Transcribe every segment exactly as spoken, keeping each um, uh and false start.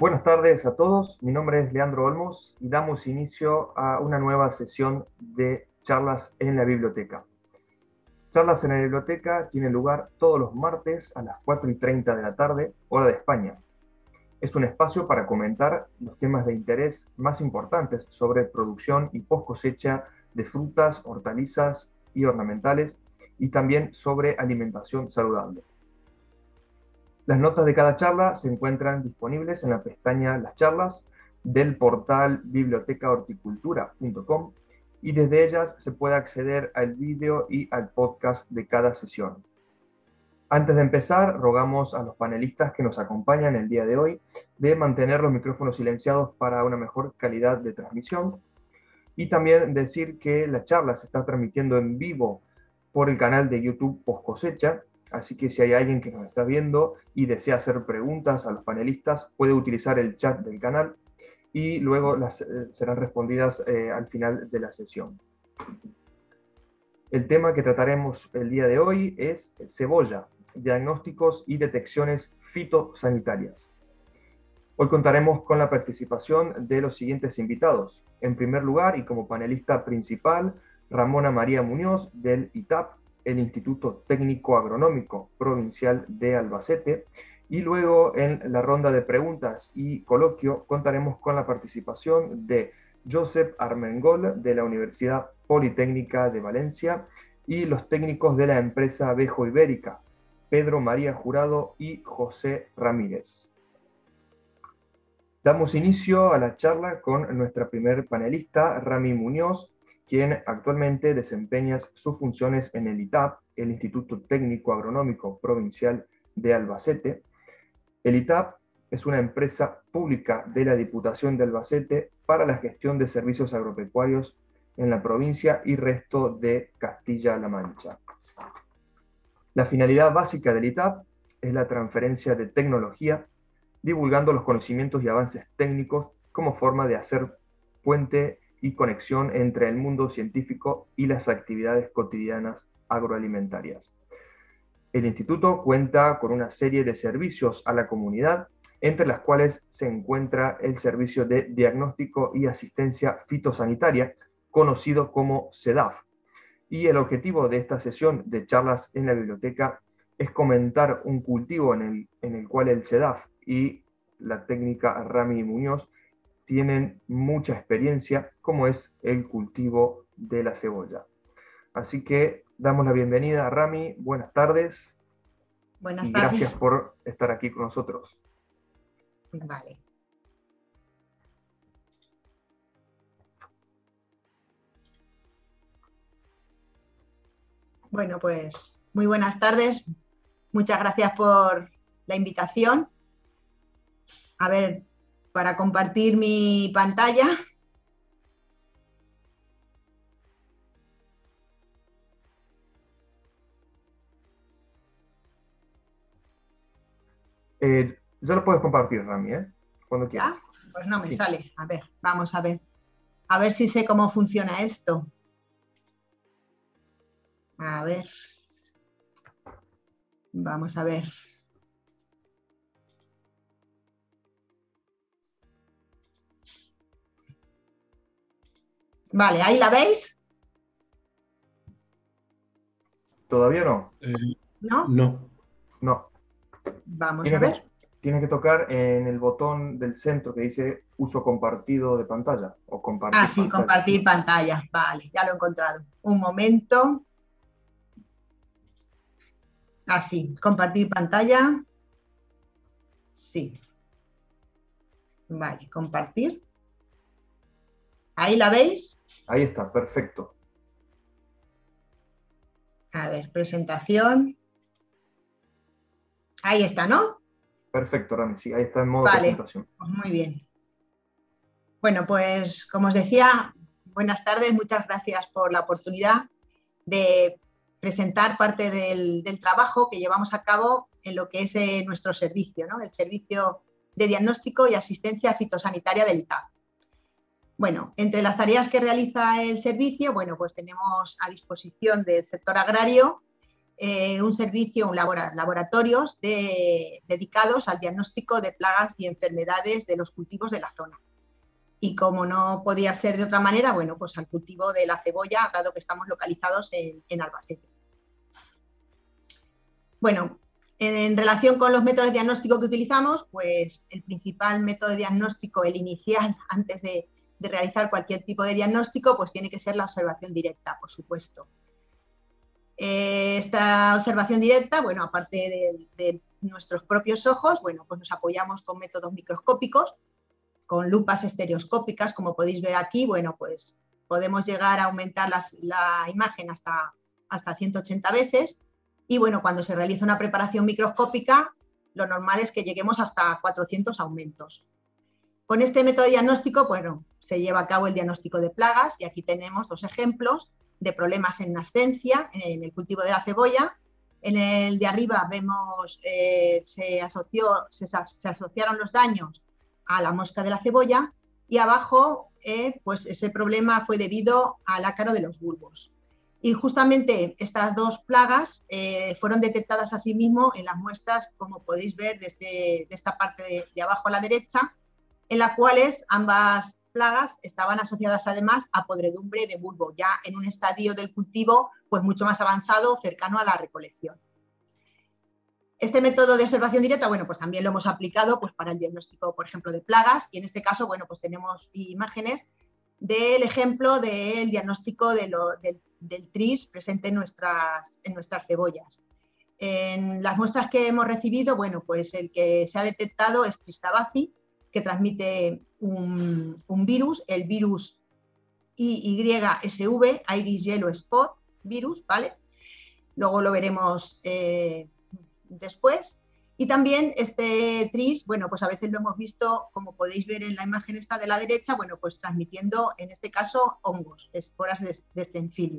Buenas tardes a todos, mi nombre es Leandro Olmos y damos inicio a una nueva sesión de charlas en la biblioteca. Charlas en la biblioteca tienen lugar todos los martes a las cuatro y treinta de la tarde, hora de España. Es un espacio para comentar los temas de interés más importantes sobre producción y post cosecha de frutas, hortalizas y ornamentales, y también sobre alimentación saludable. Las notas de cada charla se encuentran disponibles en la pestaña Las charlas del portal biblioteca horticultura punto com y desde ellas se puede acceder al vídeo y al podcast de cada sesión. Antes de empezar, rogamos a los panelistas que nos acompañan el día de hoy de mantener los micrófonos silenciados para una mejor calidad de transmisión y también decir que la charla se está transmitiendo en vivo por el canal de YouTube Post Cosecha. Así que si hay alguien que nos está viendo y desea hacer preguntas a los panelistas, puede utilizar el chat del canal y luego las eh, serán respondidas eh, al final de la sesión. El tema que trataremos el día de hoy es cebolla, diagnósticos y detecciones fitosanitarias. Hoy contaremos con la participación de los siguientes invitados. En primer lugar, y como panelista principal, Ramona María Muñoz del I T A P, el Instituto Técnico Agronómico Provincial de Albacete, y luego en la ronda de preguntas y coloquio contaremos con la participación de Josep Armengol de la Universidad Politécnica de Valencia y los técnicos de la empresa Abejo Ibérica, Pedro María Jurado y José Ramírez. Damos inicio a la charla con nuestra primer panelista, Rami Muñoz, quien actualmente desempeña sus funciones en el I T A P, el Instituto Técnico Agronómico Provincial de Albacete. El I T A P es una empresa pública de la Diputación de Albacete para la gestión de servicios agropecuarios en la provincia y resto de Castilla-La Mancha. La finalidad básica del I T A P es la transferencia de tecnología, divulgando los conocimientos y avances técnicos como forma de hacer puente y conexión entre el mundo científico y las actividades cotidianas agroalimentarias. El instituto cuenta con una serie de servicios a la comunidad, entre las cuales se encuentra el servicio de diagnóstico y asistencia fitosanitaria, conocido como SEDAF. Y el objetivo de esta sesión de charlas en la biblioteca es comentar un cultivo en el, en el cual el SEDAF y la técnica Rami Muñoz tienen mucha experiencia, como es el cultivo de la cebolla. Así que damos la bienvenida a Rami, buenas tardes. Buenas y tardes. Gracias por estar aquí con nosotros. Vale. Bueno, pues muy buenas tardes. Muchas gracias por la invitación. A ver, para compartir mi pantalla. Eh, ya lo puedes compartir, Rami, ¿eh? Cuando quieras. ¿Ya? Pues no me Sí. sale. A ver, vamos a ver. A ver si sé cómo funciona esto. A ver. Vamos a ver. Vale, ¿ahí la veis? ¿Todavía no? Eh, ¿No? no. No. Vamos Tienes a ver. que, tienes que tocar en el botón del centro que dice uso compartido de pantalla o compartir Ah, sí, pantalla. compartir pantalla. Vale, ya lo he encontrado. Un momento. Así, compartir pantalla. Sí. Vale, compartir. ¿Ahí la veis? Ahí está, perfecto. A ver, presentación. Ahí está, ¿no? Perfecto, Rami, sí, ahí está en modo Vale, presentación. pues muy bien. Bueno, pues como os decía, buenas tardes, muchas gracias por la oportunidad de presentar parte del, del trabajo que llevamos a cabo en lo que es eh, nuestro servicio, ¿no? El servicio de diagnóstico y asistencia fitosanitaria del I T A P. Bueno, entre las tareas que realiza el servicio, bueno, pues tenemos a disposición del sector agrario eh, un servicio, un labora, laboratorios de, dedicados al diagnóstico de plagas y enfermedades de los cultivos de la zona. Y como no podía ser de otra manera, bueno, pues al cultivo de la cebolla, dado que estamos localizados en, en Albacete. Bueno, en, en relación con los métodos de diagnóstico que utilizamos, pues el principal método de diagnóstico, el inicial, antes de, de realizar cualquier tipo de diagnóstico, pues tiene que ser la observación directa, por supuesto. Eh, esta observación directa, bueno, aparte de, de nuestros propios ojos, bueno, pues nos apoyamos con métodos microscópicos, con lupas estereoscópicas, como podéis ver aquí, bueno, pues podemos llegar a aumentar las, la imagen hasta, hasta ciento ochenta veces y, bueno, cuando se realiza una preparación microscópica, lo normal es que lleguemos hasta cuatrocientos aumentos. Con este método de diagnóstico, bueno, se lleva a cabo el diagnóstico de plagas y aquí tenemos dos ejemplos de problemas en nascencia en el cultivo de la cebolla. En el de arriba vemos, eh, se, asoció, se, se asociaron los daños a la mosca de la cebolla y abajo eh, pues ese problema fue debido al ácaro de los bulbos. Y justamente estas dos plagas eh, fueron detectadas asimismo en las muestras, como podéis ver desde de esta parte de, de abajo a la derecha, en las cuales ambas plagas estaban asociadas además a podredumbre de bulbo, ya en un estadio del cultivo pues mucho más avanzado, cercano a la recolección. Este método de observación directa, bueno, pues también lo hemos aplicado pues, para el diagnóstico, por ejemplo, de plagas y en este caso, bueno, pues tenemos imágenes del ejemplo del diagnóstico de lo, del, del tris presente en nuestras, en nuestras cebollas. En las muestras que hemos recibido, bueno, pues el que se ha detectado es Tris tabaci, que transmite un, un virus, el virus I Y S V, Iris Yellow Spot virus, ¿vale? Luego lo veremos eh, después. Y también este tris, bueno, pues a veces lo hemos visto, como podéis ver en la imagen esta de la derecha, bueno, pues transmitiendo, en este caso, hongos, esporas de, de Staphylium.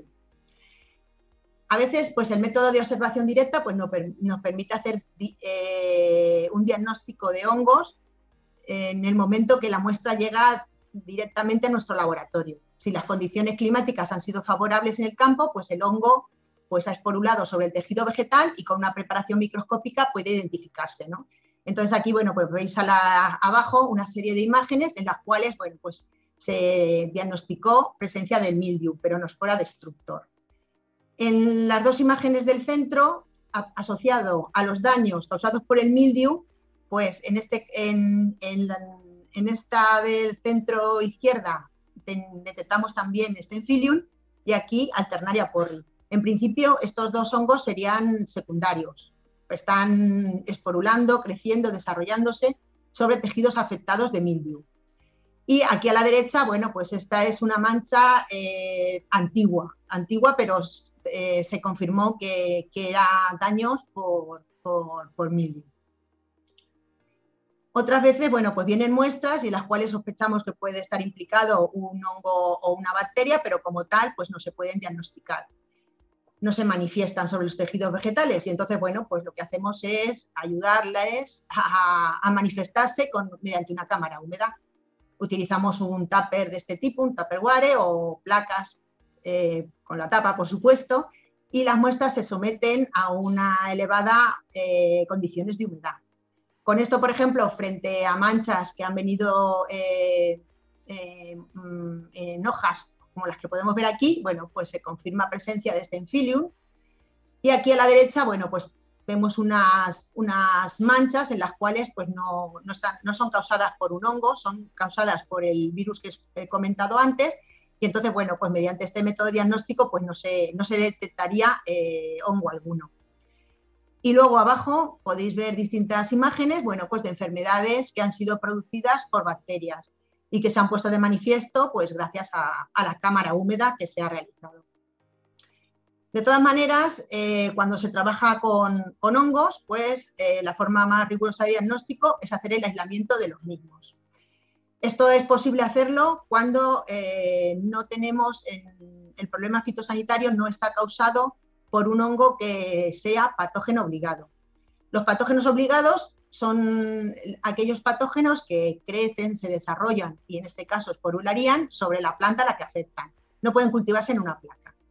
A veces, pues el método de observación directa pues, nos, nos permite hacer eh, un diagnóstico de hongos en el momento que la muestra llega directamente a nuestro laboratorio. Si las condiciones climáticas han sido favorables en el campo, pues el hongo pues ha esporulado sobre el tejido vegetal y con una preparación microscópica puede identificarse, ¿no? Entonces aquí, bueno, pues veis a la, abajo una serie de imágenes en las cuales, bueno, pues se diagnosticó presencia del mildiu, pero no espora destructor. En las dos imágenes del centro, a, asociado a los daños causados por el mildiu, pues en, este, en, en, la, en esta del centro izquierda detectamos también Staphylium y aquí Alternaria porri. En principio, estos dos hongos serían secundarios. Están esporulando, creciendo, desarrollándose sobre tejidos afectados de mildiu. Y aquí a la derecha, bueno, pues esta es una mancha eh, antigua, antigua, pero eh, se confirmó que, que era daños por, por, por mildiu. Otras veces, bueno, pues vienen muestras y en las cuales sospechamos que puede estar implicado un hongo o una bacteria, pero como tal, pues no se pueden diagnosticar. No se manifiestan sobre los tejidos vegetales y entonces, bueno, pues lo que hacemos es ayudarles a, a manifestarse con, mediante una cámara húmeda. Utilizamos un tupper de este tipo, un tupperware o placas eh, con la tapa, por supuesto, y las muestras se someten a una elevada eh, condiciones de humedad. Con esto, por ejemplo, frente a manchas que han venido eh, eh, en hojas como las que podemos ver aquí, bueno, pues se confirma presencia de Staphylium. Y aquí a la derecha, bueno, pues vemos unas, unas manchas en las cuales pues no, no, están, no son causadas por un hongo, son causadas por el virus que he comentado antes. Y entonces, bueno, pues mediante este método de diagnóstico pues no se, no se detectaría eh, hongo alguno. Y luego abajo podéis ver distintas imágenes, bueno, pues de enfermedades que han sido producidas por bacterias y que se han puesto de manifiesto pues gracias a, a la cámara húmeda que se ha realizado. De todas maneras, eh, cuando se trabaja con, con hongos, pues eh, la forma más rigurosa de diagnóstico es hacer el aislamiento de los mismos. Esto es posible hacerlo cuando eh, no tenemos, en, el problema fitosanitario no está causado por un hongo que sea patógeno obligado. Los patógenos obligados son aquellos patógenos que crecen, se desarrollan y en este caso esporularían sobre la planta a la que afectan. No pueden cultivarse en una placa.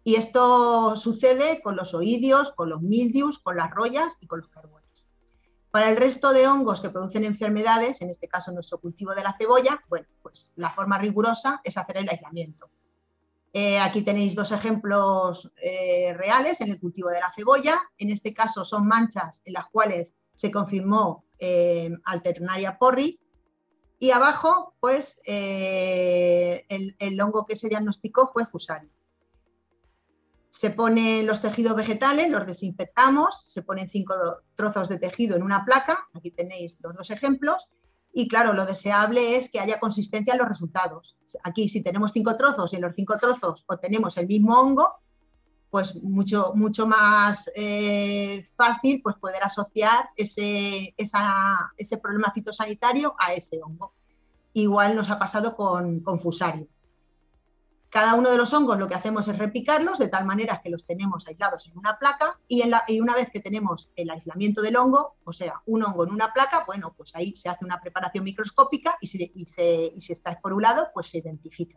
Y esto sucede con los oidios, con los mildius, con las rollas y con los carbones. Para el resto de hongos que producen enfermedades, en este caso nuestro cultivo de la cebolla, bueno, pues la forma rigurosa es hacer el aislamiento. Eh, aquí tenéis dos ejemplos eh, reales en el cultivo de la cebolla. En este caso son manchas en las cuales se confirmó eh, Alternaria porri. Y abajo, pues, eh, el, el hongo que se diagnosticó fue Fusarium. Se ponen los tejidos vegetales, los desinfectamos, se ponen cinco trozos de tejido en una placa, aquí tenéis los dos ejemplos, y claro, lo deseable es que haya consistencia en los resultados. Aquí, si tenemos cinco trozos y en los cinco trozos obtenemos el mismo hongo, pues mucho, mucho más eh, fácil pues poder asociar ese, esa, ese problema fitosanitario a ese hongo. Igual nos ha pasado con, con Fusarium. Cada uno de los hongos lo que hacemos es repicarlos de tal manera que los tenemos aislados en una placa y, en la, y una vez que tenemos el aislamiento del hongo, o sea, un hongo en una placa, bueno, pues ahí se hace una preparación microscópica y si, y se, y si está esporulado, pues se identifica.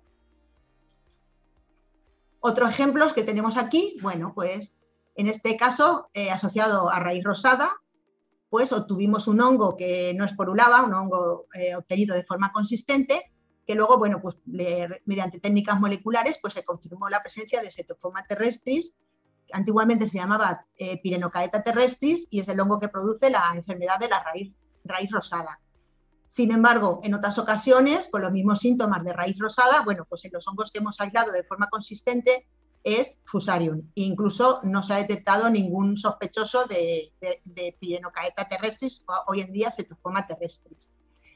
Otros ejemplos que tenemos aquí, bueno, pues en este caso, eh, asociado a raíz rosada, pues obtuvimos un hongo que no esporulaba, un hongo eh, obtenido de forma consistente, que luego, bueno, pues le, mediante técnicas moleculares, pues se confirmó la presencia de Setofoma terrestris, que antiguamente se llamaba eh, Pirenocaeta terrestris, y es el hongo que produce la enfermedad de la raíz, raíz rosada. Sin embargo, en otras ocasiones, con los mismos síntomas de raíz rosada, bueno, pues en los hongos que hemos aislado de forma consistente es Fusarium. E incluso no se ha detectado ningún sospechoso de, de, de Pirenocaeta terrestris, hoy en día Setofoma terrestris.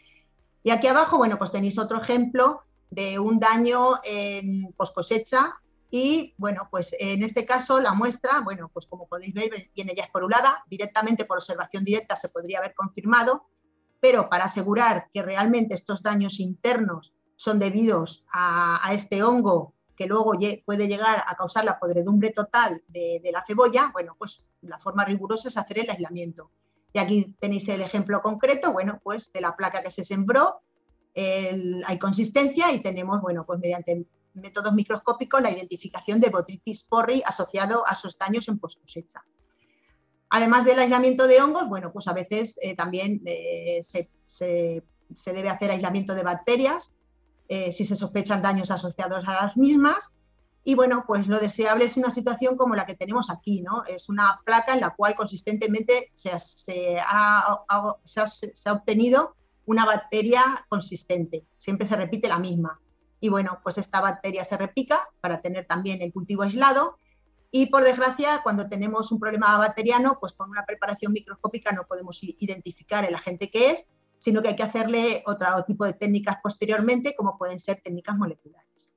Y aquí abajo, bueno, pues tenéis otro ejemplo de un daño en post cosecha y, bueno, pues en este caso la muestra, bueno, pues como podéis ver, viene ya esporulada, directamente por observación directa se podría haber confirmado, pero para asegurar que realmente estos daños internos son debidos a, a este hongo que luego puede llegar a causar la podredumbre total de, de la cebolla, bueno, pues la forma rigurosa es hacer el aislamiento. Y aquí tenéis el ejemplo concreto, bueno, pues de la placa que se sembró, el, hay consistencia y tenemos, bueno, pues mediante métodos microscópicos la identificación de Botrytis porri asociado a esos daños en post cosecha. Además del aislamiento de hongos, bueno, pues a veces eh, también eh, se, se, se debe hacer aislamiento de bacterias, eh, si se sospechan daños asociados a las mismas. Y bueno, pues lo deseable es una situación como la que tenemos aquí, ¿no? Es una placa en la cual consistentemente se, se, ha, ha, se, ha, se ha obtenido una bacteria consistente, siempre se repite la misma. Y bueno, pues esta bacteria se repica para tener también el cultivo aislado. Y por desgracia, cuando tenemos un problema bacteriano, pues con una preparación microscópica no podemos identificar el agente que es, sino que hay que hacerle otro tipo de técnicas posteriormente, como pueden ser técnicas moleculares.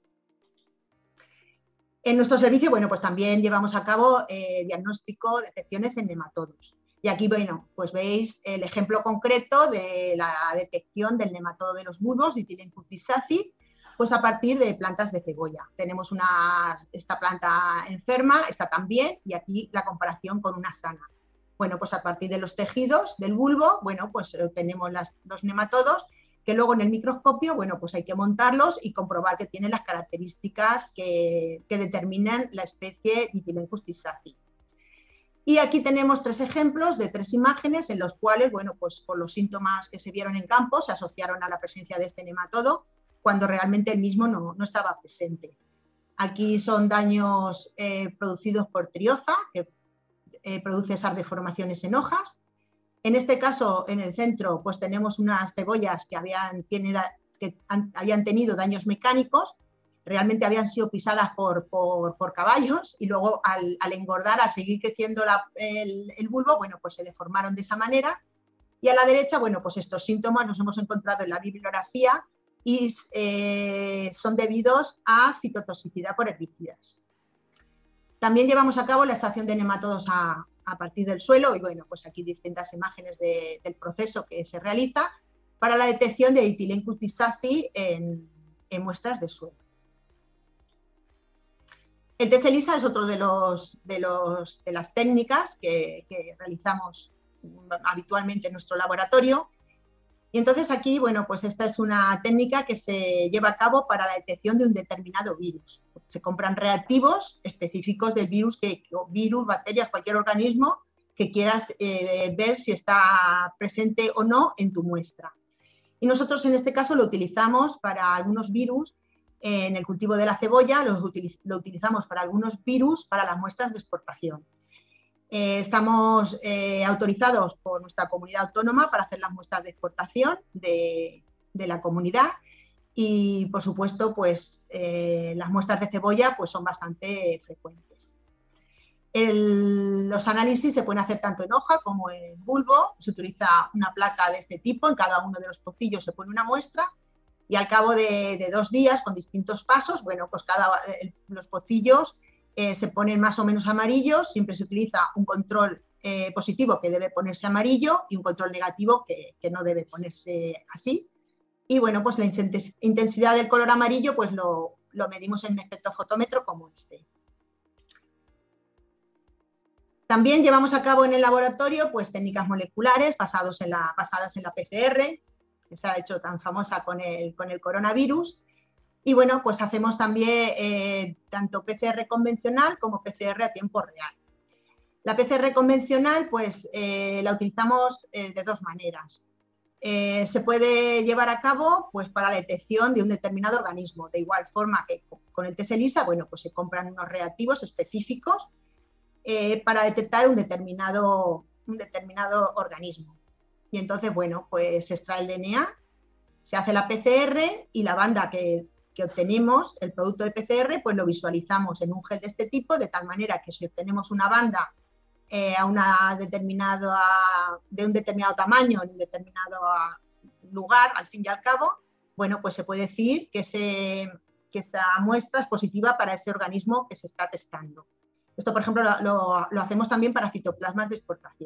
En nuestro servicio, bueno, pues también llevamos a cabo eh, diagnóstico de detecciones en nematodos. Y aquí, bueno, pues veis el ejemplo concreto de la detección del nematodo de los bulbos, Ditylenchus dysacyi, pues a partir de plantas de cebolla. Tenemos una, esta planta enferma, esta también, y aquí la comparación con una sana. Bueno, pues a partir de los tejidos del bulbo, bueno, pues tenemos las, los nematodos, que luego en el microscopio, bueno, pues hay que montarlos y comprobar que tienen las características que, que determinan la especie Ditylenchus dysacyi. Y aquí tenemos tres ejemplos de tres imágenes en los cuales, bueno, pues por los síntomas que se vieron en campo se asociaron a la presencia de este nematodo, cuando realmente el mismo no, no estaba presente. Aquí son daños eh, producidos por trioza, que eh, produce esas deformaciones en hojas. En este caso, en el centro, pues tenemos unas cebollas que habían, tiene, que han, habían tenido daños mecánicos, realmente habían sido pisadas por, por, por caballos y luego al, al engordar, al seguir creciendo la, el, el bulbo, bueno, pues se deformaron de esa manera. Y a la derecha, bueno, pues estos síntomas los hemos encontrado en la bibliografía y eh, son debidos a fitotoxicidad por herbicidas. También llevamos a cabo la extracción de nematodos a, a partir del suelo y bueno, pues aquí distintas imágenes de, del proceso que se realiza para la detección de Ditylenchus dysacyi en, en muestras de suelo. El test ELISA es otro de, los, de, los, de las técnicas que, que realizamos habitualmente en nuestro laboratorio Y entonces aquí, bueno, pues esta es una técnica que se lleva a cabo para la detección de un determinado virus. Se compran reactivos específicos del virus, que, virus, bacterias, cualquier organismo que quieras eh, ver si está presente o no en tu muestra. Y nosotros en este caso lo utilizamos para algunos virus eh, en el cultivo de la cebolla, lo, utiliz lo utilizamos para algunos virus para las muestras de exportación. Eh, estamos eh, autorizados por nuestra comunidad autónoma para hacer las muestras de exportación de, de la comunidad y, por supuesto, pues, eh, las muestras de cebolla pues, son bastante frecuentes. El, los análisis se pueden hacer tanto en hoja como en bulbo. Se utiliza una placa de este tipo, en cada uno de los pocillos se pone una muestra y al cabo de, de dos días, con distintos pasos, bueno, pues cada, el, los pocillos Eh, se ponen más o menos amarillos, siempre se utiliza un control eh, positivo que debe ponerse amarillo y un control negativo que, que no debe ponerse así. Y bueno, pues la intensidad del color amarillo pues lo, lo medimos en un espectrofotómetro como este. También llevamos a cabo en el laboratorio pues técnicas moleculares basados en la, basadas en la P C R, que se ha hecho tan famosa con el, con el coronavirus. Y bueno, pues hacemos también eh, tanto P C R convencional como P C R a tiempo real. La P C R convencional pues eh, la utilizamos eh, de dos maneras. Eh, se puede llevar a cabo pues para la detección de un determinado organismo, de igual forma que con el test ELISA, bueno, pues se compran unos reactivos específicos eh, para detectar un determinado, un determinado organismo. Y entonces, bueno, pues se extrae el D N A, se hace la P C R y la banda que que obtenemos, el producto de P C R, pues lo visualizamos en un gel de este tipo, de tal manera que si obtenemos una banda eh, a una determinada, de un determinado tamaño, en un determinado lugar, al fin y al cabo, bueno, pues se puede decir que, se, que esa muestra es positiva para ese organismo que se está testando. Esto, por ejemplo, lo, lo, lo hacemos también para fitoplasmas de exportación.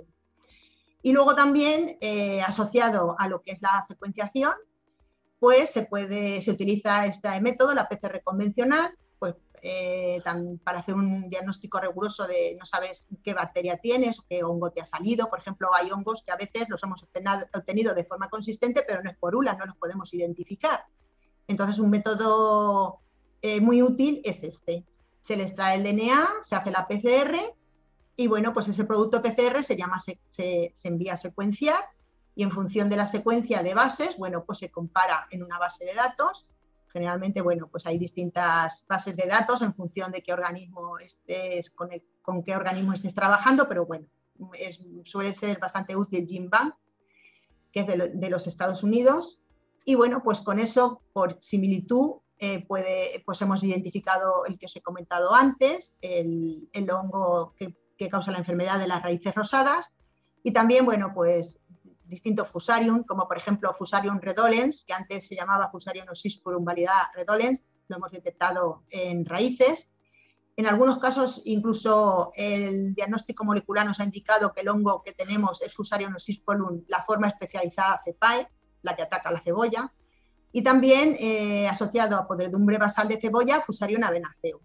Y luego también, eh, asociado a lo que es la secuenciación, pues se, puede, se utiliza este método, la P C R convencional, pues eh, tan, para hacer un diagnóstico riguroso de no sabes qué bacteria tienes o qué hongo te ha salido. Por ejemplo, hay hongos que a veces los hemos obtenido de forma consistente, pero no es por U L A, no los podemos identificar. Entonces, un método eh, muy útil es este. Se le extrae el D N A, se hace la P C R y, bueno, pues ese producto P C R se, llama, se, se, se envía a secuenciar. Y en función de la secuencia de bases, bueno, pues se compara en una base de datos. Generalmente, bueno, pues hay distintas bases de datos en función de qué organismo estés, con, el, con qué organismo estés trabajando, pero bueno, es, suele ser bastante útil GenBank, que es de, de los Estados Unidos. Y bueno, pues con eso, por similitud, eh, puede, pues hemos identificado el que os he comentado antes, el, el hongo que, que causa la enfermedad de las raíces rosadas. Y también, bueno, pues distintos fusarium, como por ejemplo Fusarium redolens, que antes se llamaba Fusarium oxysporum valida redolens, lo hemos detectado en raíces. En algunos casos, incluso el diagnóstico molecular nos ha indicado que el hongo que tenemos es Fusarium oxysporum, la forma especializada C E P A E, la que ataca la cebolla, y también eh, asociado a podredumbre basal de cebolla, Fusarium avenaceum.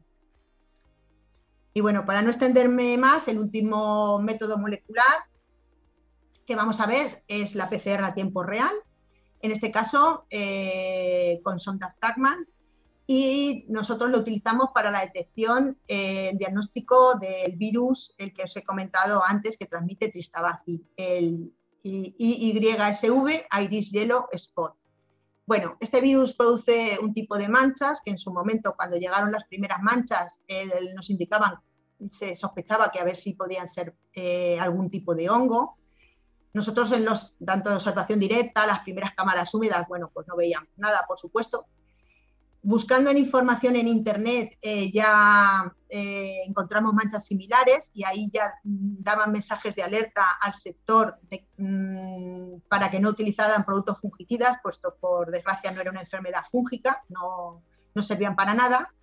Y bueno, para no extenderme más, el último método molecular que vamos a ver es la P C R a tiempo real, en este caso eh, con sondas Tacman, y nosotros lo utilizamos para la detección, eh, el diagnóstico del virus, el que os he comentado antes, que transmite Tristabacil, el I Y S V, Iris Yellow Spot. Bueno, este virus produce un tipo de manchas que en su momento, cuando llegaron las primeras manchas, eh, nos indicaban, se sospechaba que a ver si podían ser eh, algún tipo de hongo. Nosotros en los, tanto de observación directa, las primeras cámaras húmedas, bueno, pues no veíamos nada, por supuesto. Buscando en información en internet eh, ya eh, encontramos manchas similares y ahí ya daban mensajes de alerta al sector de, mmm, para que no utilizaran productos fungicidas, puesto por desgracia no era una enfermedad fúngica, no, no servían para nada.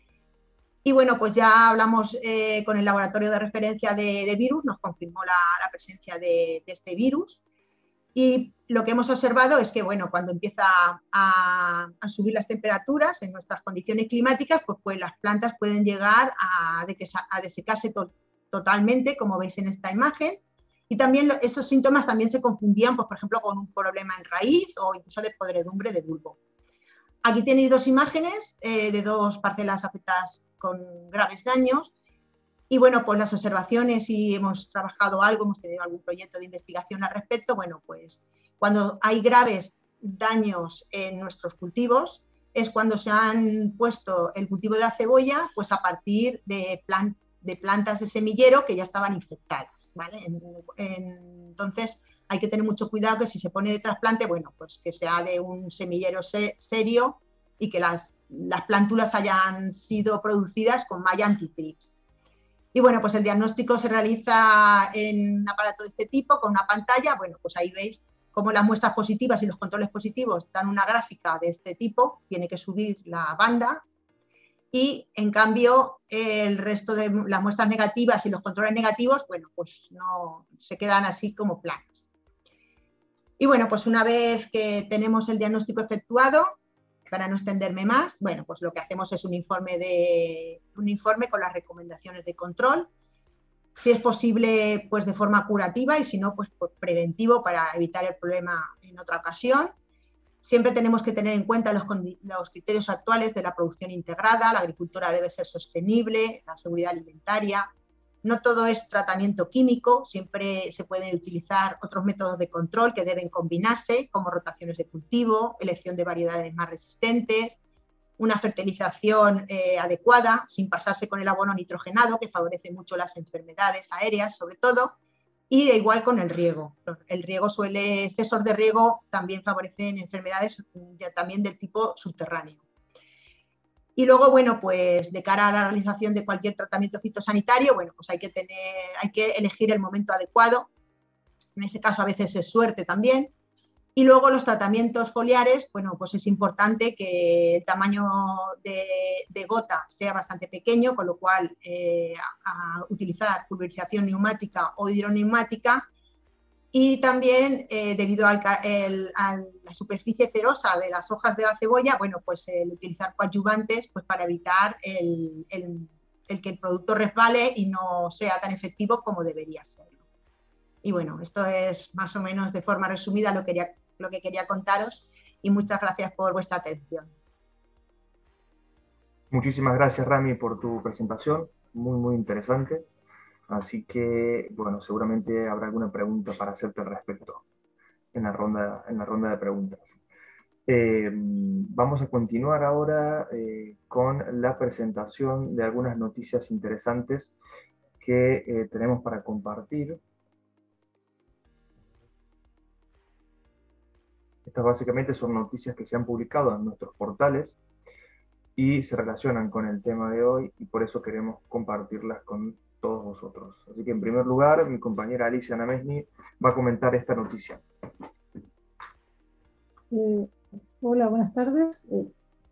Y bueno, pues ya hablamos eh, con el laboratorio de referencia de, de virus, nos confirmó la, la presencia de, de este virus. Y lo que hemos observado es que, bueno, cuando empieza a, a subir las temperaturas en nuestras condiciones climáticas, pues, pues las plantas pueden llegar a, de que, a desecarse to, totalmente, como veis en esta imagen. Y también esos síntomas también se confundían, pues, por ejemplo, con un problema en raíz o incluso de podredumbre de bulbo. Aquí tenéis dos imágenes eh, de dos parcelas afectadas con graves daños. Y bueno, pues las observaciones, si hemos trabajado algo, hemos tenido algún proyecto de investigación al respecto, bueno, pues cuando hay graves daños en nuestros cultivos es cuando se han puesto el cultivo de la cebolla pues a partir de, plan, de plantas de semillero que ya estaban infectadas, ¿vale? En, en, entonces hay que tener mucho cuidado que si se pone de trasplante, bueno, pues que sea de un semillero se, serio y que las, las plántulas hayan sido producidas con malla antitrips. Y bueno, pues el diagnóstico se realiza en un aparato de este tipo, con una pantalla. Bueno, pues ahí veis cómo las muestras positivas y los controles positivos dan una gráfica de este tipo, tiene que subir la banda, y en cambio el resto de las muestras negativas y los controles negativos, bueno, pues no se quedan así como planas. Y bueno, pues una vez que tenemos el diagnóstico efectuado, para no extenderme más, bueno, pues lo que hacemos es un informe, de, un informe con las recomendaciones de control, si es posible, pues de forma curativa, y si no, pues, pues preventivo para evitar el problema en otra ocasión. Siempre tenemos que tener en cuenta los, los criterios actuales de la producción integrada, la agricultura debe ser sostenible, la seguridad alimentaria. No todo es tratamiento químico, siempre se pueden utilizar otros métodos de control que deben combinarse, como rotaciones de cultivo, elección de variedades más resistentes, una fertilización eh, adecuada, sin pasarse con el abono nitrogenado, que favorece mucho las enfermedades aéreas, sobre todo, y de igual con el riego. El riego suele, excesos de riego también favorecen enfermedades ya también del tipo subterráneo. Y luego, bueno, pues de cara a la realización de cualquier tratamiento fitosanitario, bueno, pues hay que tener, hay que elegir el momento adecuado. En ese caso a veces es suerte también. Y luego los tratamientos foliares, bueno, pues es importante que el tamaño de, de gota sea bastante pequeño, con lo cual eh, a, a utilizar pulverización neumática o hidroneumática. Y también, eh, debido al, el, a la superficie cerosa de las hojas de la cebolla, bueno, pues el utilizar coadyuvantes pues para evitar el, el, el que el producto resbale y no sea tan efectivo como debería serlo. Y bueno, esto es más o menos de forma resumida lo, quería, lo que quería contaros, y muchas gracias por vuestra atención. Muchísimas gracias, Rami, por tu presentación, muy, muy interesante. Así que, bueno, seguramente habrá alguna pregunta para hacerte al respecto en la ronda, en la ronda de preguntas. Eh, vamos a continuar ahora eh, con la presentación de algunas noticias interesantes que eh, tenemos para compartir. Estas básicamente son noticias que se han publicado en nuestros portales y se relacionan con el tema de hoy, y por eso queremos compartirlas con todos vosotros. Así que en primer lugar, mi compañera Alicia Namesni va a comentar esta noticia. Eh, hola, buenas tardes. Eh,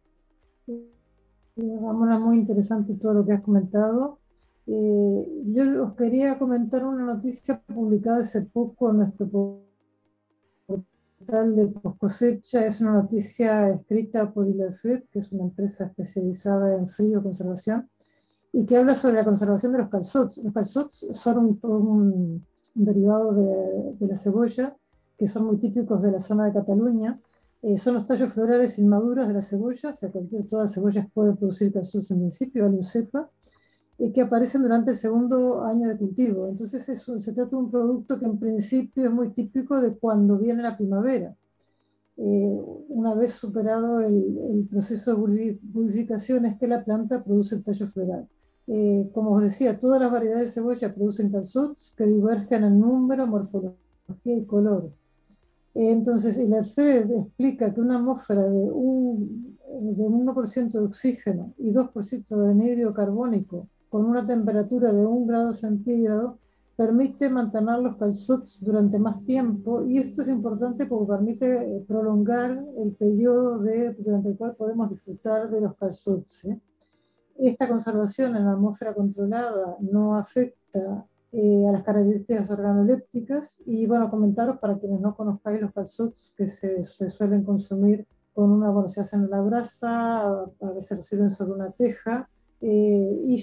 eh, Ramona, muy interesante todo lo que has comentado. Eh, yo os quería comentar una noticia publicada hace poco en nuestro portal de post cosecha. Es una noticia escrita por Ilerfred, que es una empresa especializada en frío conservación, y que habla sobre la conservación de los calçots. Los calçots son un, un, un derivado de, de la cebolla, que son muy típicos de la zona de Cataluña. Eh, son los tallos florales inmaduros de la cebolla, o sea, cualquier, toda cebolla puede producir calçots en principio, alguien sepa, eh, que aparecen durante el segundo año de cultivo. Entonces eso, se trata de un producto que en principio es muy típico de cuando viene la primavera. Eh, una vez superado el, el proceso de purificación es que la planta produce el tallo floral. Eh, como os decía, todas las variedades de cebolla producen calçots que divergen en número, morfología y color. Eh, entonces, el Ilerfred explica que una atmósfera de, un, de uno por ciento de oxígeno y dos por ciento de anhídrido carbónico con una temperatura de un grado centígrado permite mantener los calçots durante más tiempo, y esto es importante porque permite prolongar el periodo de, durante el cual podemos disfrutar de los calçots, ¿eh? Esta conservación en la atmósfera controlada no afecta eh, a las características organolépticas, y bueno, comentaros para quienes no conozcáis los calçots que se, se suelen consumir con una, bueno, se hacen en la brasa, a veces se sirven sobre una teja, eh, y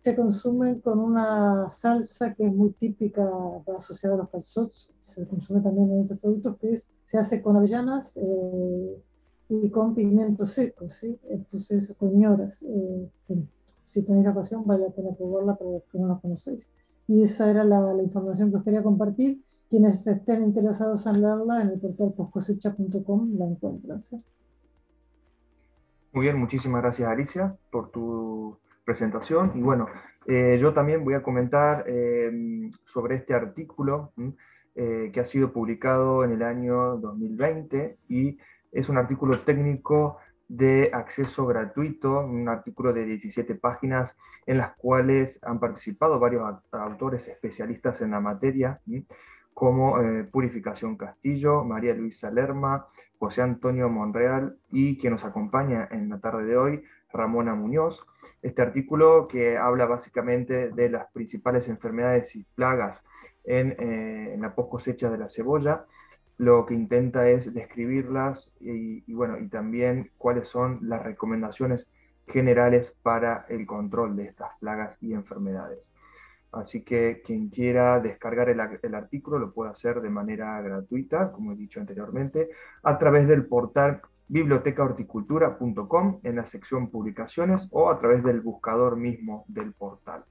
se consumen con una salsa que es muy típica asociada a los calzots, se consume también en otros productos, que es, se hace con avellanas eh, y con pimiento seco, ¿sí? Entonces, con ñoras. Eh, sí. Si tenéis la ocasión, vale la pena probarla para los que no la conocéis. Y esa era la, la información que os quería compartir. Quienes estén interesados en leerla, en el portal postcosecha punto com la encuentran, ¿sí? Muy bien, muchísimas gracias Alicia por tu presentación. Y bueno, eh, yo también voy a comentar eh, sobre este artículo eh, que ha sido publicado en el año dos mil veinte y es un artículo técnico de acceso gratuito, un artículo de diecisiete páginas en las cuales han participado varios autores especialistas en la materia, ¿sí? Como eh, Purificación Castillo, María Luisa Lerma, José Antonio Monreal y quien nos acompaña en la tarde de hoy, Ramona Muñoz. Este artículo que habla básicamente de las principales enfermedades y plagas en, eh, en la post cosecha de la cebolla, lo que intenta es describirlas y, y, bueno, y también cuáles son las recomendaciones generales para el control de estas plagas y enfermedades. Así que quien quiera descargar el, el artículo lo puede hacer de manera gratuita, como he dicho anteriormente, a través del portal biblioteca horticultura punto com en la sección publicaciones o a través del buscador mismo del portal.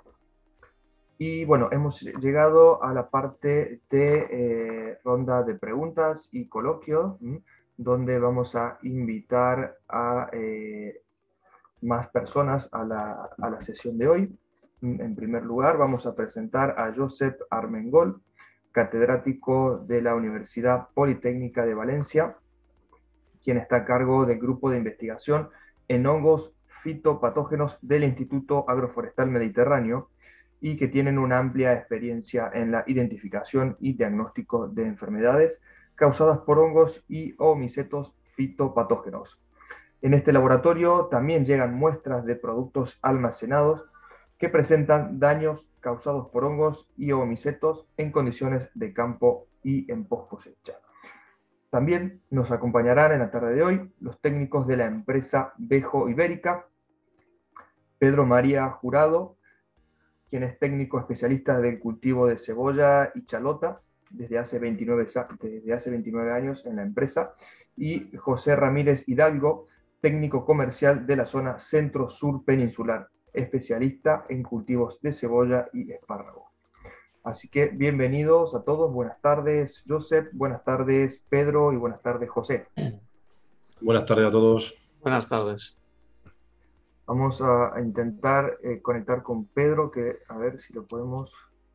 Y bueno, hemos llegado a la parte de eh, ronda de preguntas y coloquio, ¿m? Donde vamos a invitar a eh, más personas a la, a la sesión de hoy. En primer lugar, vamos a presentar a Josep Armengol, catedrático de la Universidad Politécnica de Valencia, quien está a cargo del grupo de investigación en hongos fitopatógenos del Instituto Agroforestal Mediterráneo y que tienen una amplia experiencia en la identificación y diagnóstico de enfermedades causadas por hongos y o micetos fitopatógenos. En este laboratorio también llegan muestras de productos almacenados que presentan daños causados por hongos y o micetos en condiciones de campo y en post cosecha. También nos acompañarán en la tarde de hoy los técnicos de la empresa Bejo Ibérica, Pedro María Jurado, quien es técnico especialista del cultivo de cebolla y chalota desde hace veintinueve, desde hace veintinueve años en la empresa, y José Ramírez Hidalgo, técnico comercial de la zona centro-sur peninsular, especialista en cultivos de cebolla y espárrago. Así que bienvenidos a todos, buenas tardes Josep, buenas tardes Pedro y buenas tardes José. Buenas tardes a todos. Buenas tardes. Vamos a intentar eh, conectar con Pedro, que a ver si lo podemos...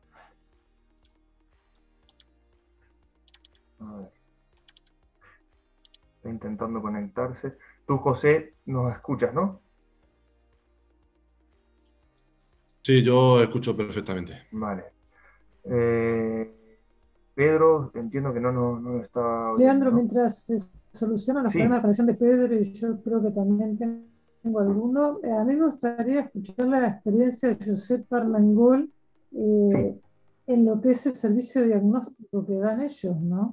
A ver. Está intentando conectarse. Tú, José, nos escuchas, ¿no? Sí, yo escucho perfectamente. Vale. Eh, Pedro, entiendo que no nos no, no está oyendo, Leandro, ¿no? mientras se solucionan los Sí. problemas de conexión de Pedro, y yo creo que también tengo alguno, eh, a mí me gustaría escuchar la experiencia de Josep Armengol eh, Sí. en lo que es el servicio de diagnóstico que dan ellos, ¿no?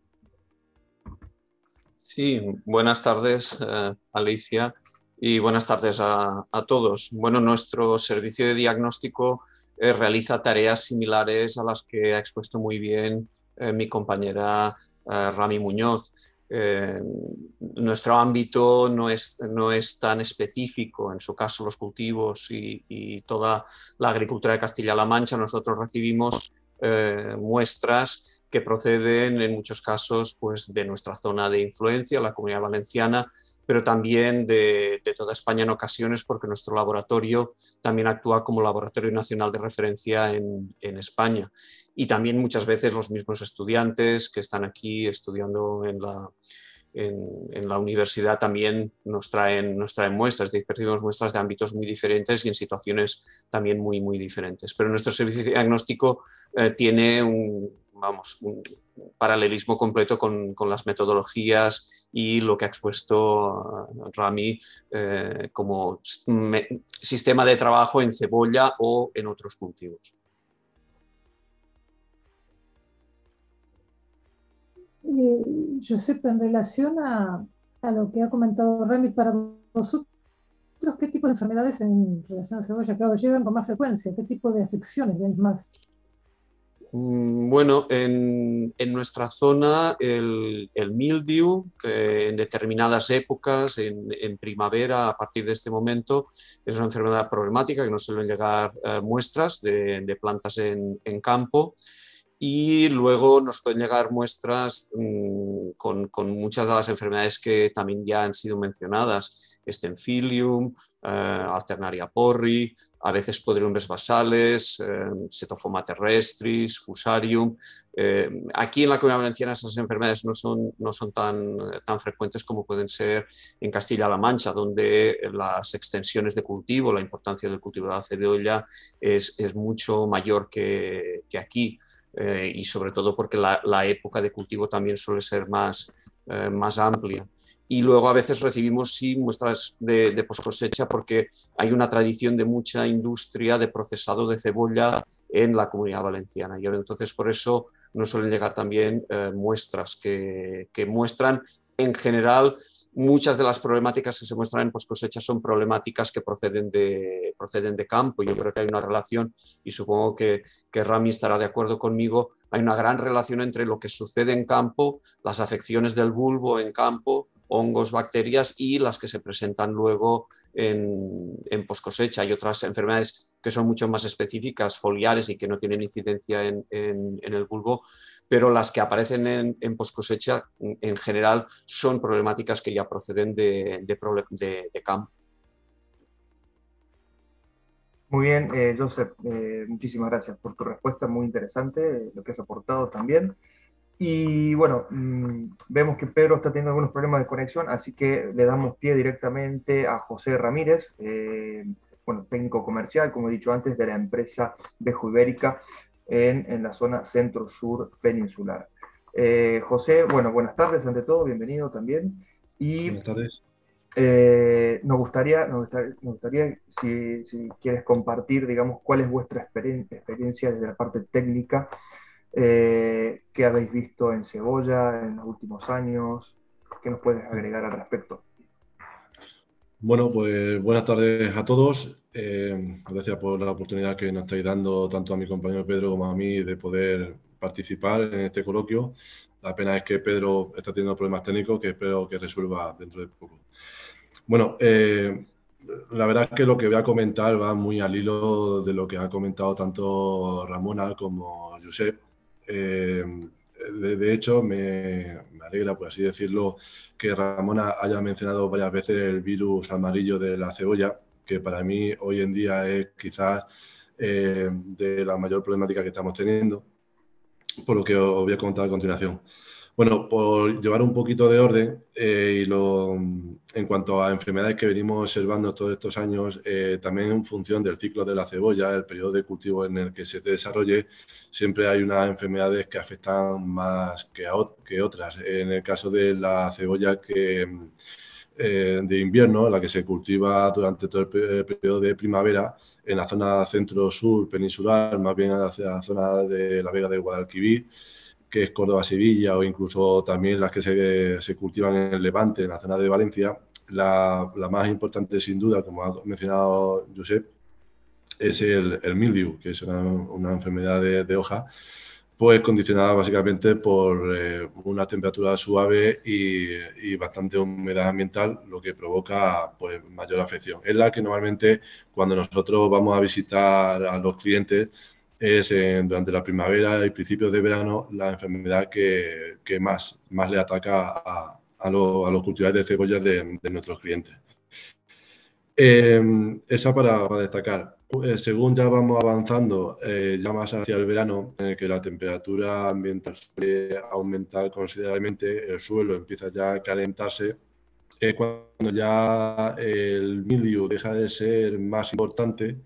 Sí, buenas tardes, eh, Alicia, y buenas tardes a, a todos. Bueno, nuestro servicio de diagnóstico eh, realiza tareas similares a las que ha expuesto muy bien eh, mi compañera eh, Rami Muñoz. Eh, nuestro ámbito no es, no es tan específico, en su caso los cultivos y, y toda la agricultura de Castilla-La Mancha. Nosotros recibimos eh, muestras que proceden en muchos casos pues, de nuestra zona de influencia, la Comunidad Valenciana, pero también de, de toda España en ocasiones, porque nuestro laboratorio también actúa como laboratorio nacional de referencia en, en España. Y también muchas veces los mismos estudiantes que están aquí estudiando en la, en, en la universidad también nos traen, nos traen muestras, recibimos muestras de ámbitos muy diferentes y en situaciones también muy, muy diferentes. Pero nuestro servicio diagnóstico eh, tiene un, vamos, un paralelismo completo con, con las metodologías y lo que ha expuesto Rami eh, como me, sistema de trabajo en cebolla o en otros cultivos. Eh, Josep, en relación a, a lo que ha comentado Rami, para vosotros ¿qué tipo de enfermedades en relación a cebolla, claro, llegan con más frecuencia? ¿Qué tipo de afecciones ven más? Bueno, en, en nuestra zona el, el mildew, eh, en determinadas épocas, en, en primavera, a partir de este momento, es una enfermedad problemática que no suelen llegar eh, muestras de, de plantas en, en campo. Y luego nos pueden llegar muestras mmm, con, con muchas de las enfermedades que también ya han sido mencionadas, Staphylococcus, eh, Alternaria porri, a veces Podriombes basales, eh, Setofoma terrestris, Fusarium. Eh, aquí en la Comunidad Valenciana esas enfermedades no son, no son tan, tan frecuentes como pueden ser en Castilla-La Mancha, donde las extensiones de cultivo, la importancia del cultivo de la cebolla es, es mucho mayor que, que aquí. Eh, y sobre todo porque la, la época de cultivo también suele ser más, eh, más amplia. Y luego a veces recibimos sí muestras de, de post cosecha porque hay una tradición de mucha industria de procesado de cebolla en la Comunidad Valenciana. Y entonces por eso nos suelen llegar también eh, muestras que, que muestran en general. Muchas de las problemáticas que se muestran en post cosecha son problemáticas que proceden de, proceden de campo. Yo creo que hay una relación, y supongo que, que Rami estará de acuerdo conmigo, hay una gran relación entre lo que sucede en campo, las afecciones del bulbo en campo, hongos, bacterias, y las que se presentan luego en, en post cosecha. Hay otras enfermedades que son mucho más específicas, foliares, y que no tienen incidencia en, en, en el bulbo, pero las que aparecen en, en post cosecha en general son problemáticas que ya proceden de, de, de, de campo. Muy bien, eh, Joseph, eh, muchísimas gracias por tu respuesta, muy interesante, eh, lo que has aportado también. Y bueno, mmm, vemos que Pedro está teniendo algunos problemas de conexión, así que le damos pie directamente a José Ramírez, eh, bueno, técnico comercial, como he dicho antes, de la empresa Bejo Ibérica en, en la zona centro-sur peninsular. Eh, José, bueno, buenas tardes ante todo, bienvenido también. Y, buenas tardes. Eh, nos gustaría, nos gustaría, nos gustaría si, si quieres compartir, digamos, cuál es vuestra experien experiencia desde la parte técnica, eh, qué habéis visto en cebolla en los últimos años, qué nos puedes agregar al respecto. Bueno, pues buenas tardes a todos. Eh, gracias por la oportunidad que nos estáis dando tanto a mi compañero Pedro como a mí de poder participar en este coloquio. La pena es que Pedro está teniendo problemas técnicos que espero que resuelva dentro de poco. Bueno, eh, la verdad es que lo que voy a comentar va muy al hilo de lo que ha comentado tanto Ramona como Josep. Eh, de, de hecho, me, me alegra, por así decirlo, que Ramona haya mencionado varias veces el virus amarillo de la cebolla, que para mí hoy en día es quizás eh, de la mayor problemática que estamos teniendo, por lo que os voy a contar a continuación. Bueno, por llevar un poquito de orden, eh, y lo, en cuanto a enfermedades que venimos observando todos estos años, eh, también en función del ciclo de la cebolla, el periodo de cultivo en el que se desarrolle, siempre hay unas enfermedades que afectan más que, a, que otras. En el caso de la cebolla que, eh, de invierno, la que se cultiva durante todo el periodo de primavera, en la zona centro-sur peninsular, más bien hacia la zona de la Vega de Guadalquivir, que es Córdoba-Sevilla, o incluso también las que se, se cultivan en el Levante, en la zona de Valencia, la, la más importante sin duda, como ha mencionado Josep, es el, el mildew, que es una, una enfermedad de, de hoja, pues condicionada básicamente por eh, una temperatura suave y, y bastante humedad ambiental, lo que provoca pues mayor afección. Es la que normalmente cuando nosotros vamos a visitar a los clientes es eh, durante la primavera y principios de verano la enfermedad que, que más, más le ataca a, a, lo, a los cultivares de cebollas de, de nuestros clientes. Eh, esa para, para destacar. Eh, según ya vamos avanzando, eh, ya más hacia el verano, en el que la temperatura ambiental suele aumentar considerablemente, el suelo empieza ya a calentarse, es eh, cuando ya el mildew deja de ser más importante.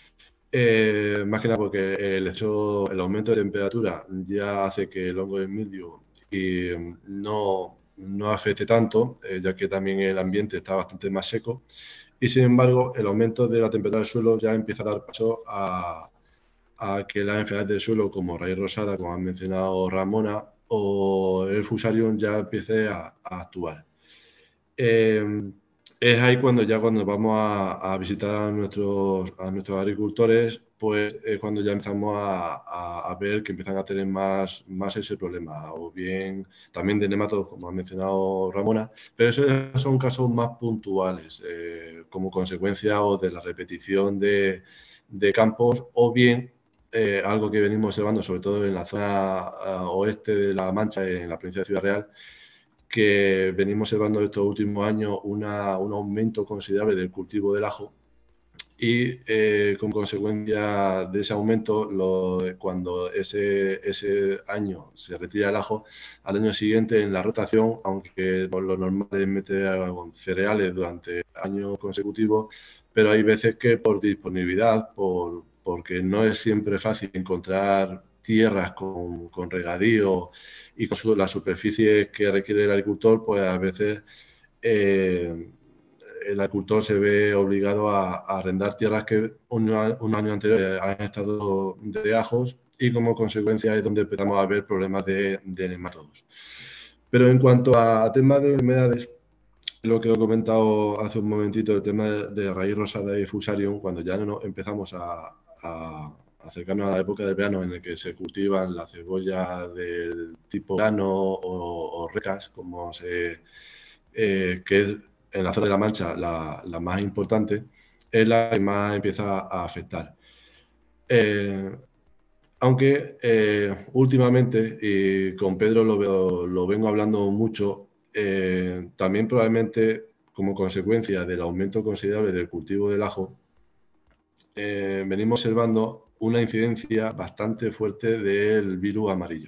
Eh, más que nada porque el, hecho, el aumento de temperatura ya hace que el hongo del mildew y no, no afecte tanto, eh, ya que también el ambiente está bastante más seco. Y sin embargo, el aumento de la temperatura del suelo ya empieza a dar paso a, a que las enfermedades del suelo, como raíz rosada, como ha mencionado Ramona, o el fusarium ya empiece a, a actuar. Eh, es ahí cuando ya cuando vamos a, a visitar a nuestros, a nuestros agricultores, pues es cuando ya empezamos a, a, a ver que empiezan a tener más, más ese problema, o bien también de nematodos, como ha mencionado Ramona, pero esos son casos más puntuales, eh, como consecuencia o de la repetición de, de campos, o bien eh, algo que venimos observando, sobre todo en la zona uh, oeste de La Mancha, en la provincia de Ciudad Real, que venimos observando estos últimos años una, un aumento considerable del cultivo del ajo y eh, como consecuencia de ese aumento, lo, cuando ese, ese año se retira el ajo, al año siguiente en la rotación, aunque lo normal es meter cereales durante años consecutivos, pero hay veces que por disponibilidad, por, porque no es siempre fácil encontrar tierras con, con regadío y con su, la superficie que requiere el agricultor, pues a veces eh, el agricultor se ve obligado a, a arrendar tierras que un, un año anterior han estado de ajos y como consecuencia es donde empezamos a ver problemas de, de nematodos. Pero en cuanto a temas de enfermedades, lo que he comentado hace un momentito, el tema de, de raíz rosada y fusarium, cuando ya no empezamos a, a acercarnos a la época del verano en el que se cultivan las cebollas del tipo grano o, o recas, como se, eh, que es en la zona de La Mancha la, la más importante, es la que más empieza a afectar. Eh, aunque eh, últimamente, y con Pedro lo, veo, lo vengo hablando mucho, eh, también probablemente como consecuencia del aumento considerable del cultivo del ajo, eh, venimos observando una incidencia bastante fuerte del virus amarillo.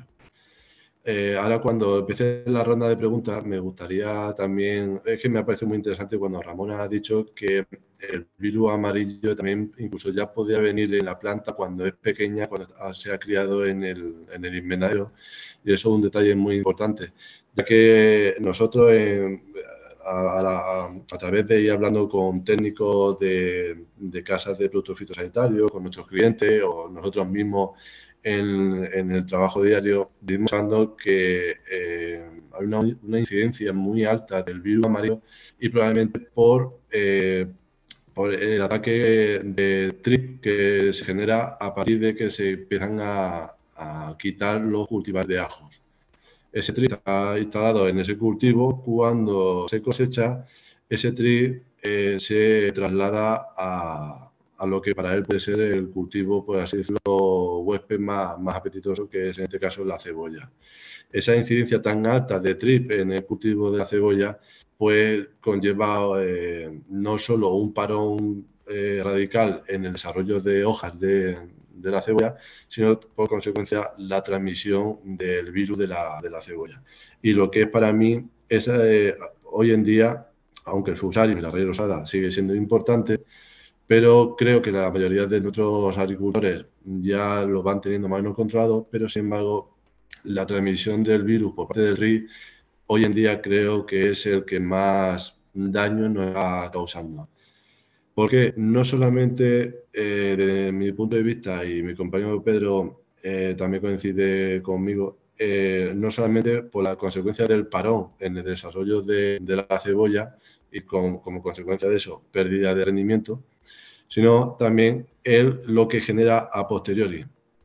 Eh, ahora cuando empecé la ronda de preguntas me gustaría también, es que me ha parecido muy interesante cuando Ramona ha dicho que el virus amarillo también incluso ya podía venir en la planta cuando es pequeña, cuando se ha criado en el, en el invernadero, y eso es un detalle muy importante, ya que nosotros en, a, a, a través de ir hablando con técnicos de, de casas de productos fitosanitarios, con nuestros clientes o nosotros mismos en, en el trabajo diario, vimos que eh, hay una, una incidencia muy alta del virus amarillo y probablemente por, eh, por el ataque de trip que se genera a partir de que se empiezan a, a quitar los cultivares de ajos. Ese trip está instalado en ese cultivo, cuando se cosecha, ese trip eh, se traslada a, a lo que para él puede ser el cultivo, por así decirlo, huésped más, más apetitoso, que es en este caso la cebolla. Esa incidencia tan alta de trip en el cultivo de la cebolla, pues conlleva eh, no solo un parón eh, radical en el desarrollo de hojas de, de la cebolla, sino por consecuencia la transmisión del virus de la, de la cebolla. Y lo que es para mí, es, eh, hoy en día, aunque el fusarium y la raíz rosada sigue siendo importante, pero creo que la mayoría de nuestros agricultores ya lo van teniendo más o menos controlado, pero sin embargo la transmisión del virus por parte del R I hoy en día creo que es el que más daño nos está causando. Porque no solamente eh, desde mi punto de vista, y mi compañero Pedro eh, también coincide conmigo, eh, no solamente por la consecuencia del parón en el desarrollo de, de la cebolla y con, como consecuencia de eso, pérdida de rendimiento, sino también el, lo que genera a posteriori.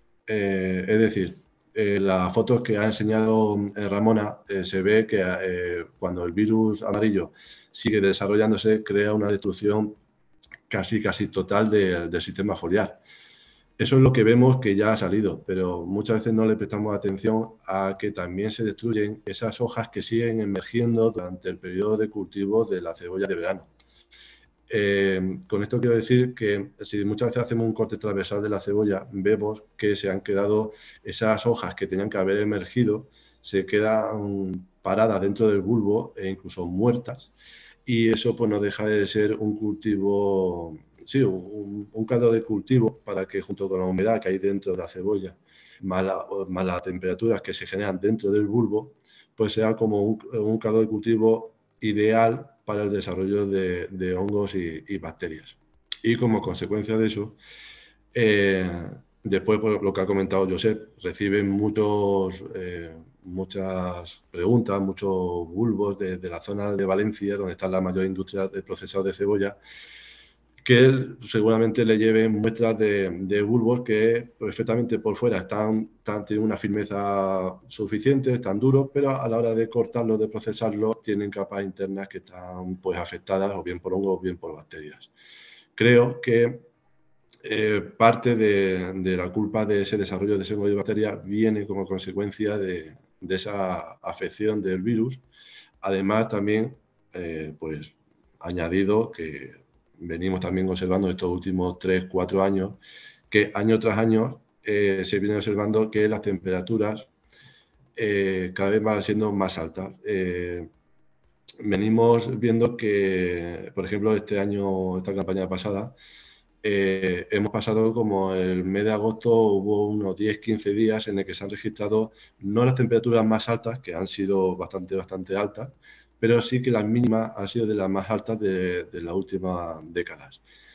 Eh, es decir, eh, las fotos que ha enseñado eh, Ramona, eh, se ve que eh, cuando el virus amarillo sigue desarrollándose, crea una destrucción casi, casi total de, del sistema foliar. Eso es lo que vemos que ya ha salido, pero muchas veces no le prestamos atención a que también se destruyen esas hojas que siguen emergiendo durante el periodo de cultivo de la cebolla de verano. Eh, con esto quiero decir que si muchas veces hacemos un corte transversal de la cebolla, vemos que se han quedado esas hojas que tenían que haber emergido, se quedan paradas dentro del bulbo e incluso muertas, y eso pues no deja de ser un cultivo, sí, un, un caldo de cultivo para que junto con la humedad que hay dentro de la cebolla, más, la, más las temperaturas que se generan dentro del bulbo, pues sea como un, un caldo de cultivo ideal para el desarrollo de, de hongos y, y bacterias. Y como consecuencia de eso, eh, después, por lo que ha comentado Josep, reciben muchos, eh, muchas preguntas, muchos bulbos de, de la zona de Valencia, donde está la mayor industria de procesado de cebolla, que seguramente le lleven muestras de, de bulbos que perfectamente por fuera están, están, tienen una firmeza suficiente, están duros, pero a la hora de cortarlos, de procesarlos, tienen capas internas que están pues, afectadas o bien por hongos o bien por bacterias. Creo que Eh, parte de, de la culpa de ese desarrollo de ese hongo de bacteria viene como consecuencia de, de esa afección del virus. Además, también, eh, pues, añadido que venimos también observando estos últimos tres, cuatro años, que año tras año eh, se viene observando que las temperaturas eh, cada vez van siendo más altas. Eh, venimos viendo que, por ejemplo, este año, esta campaña pasada, Eh, hemos pasado como el mes de agosto, hubo unos diez a quince días en el que se han registrado no las temperaturas más altas, que han sido bastante, bastante altas, pero sí que las mínimas han sido de las más altas de, de las últimas décadas.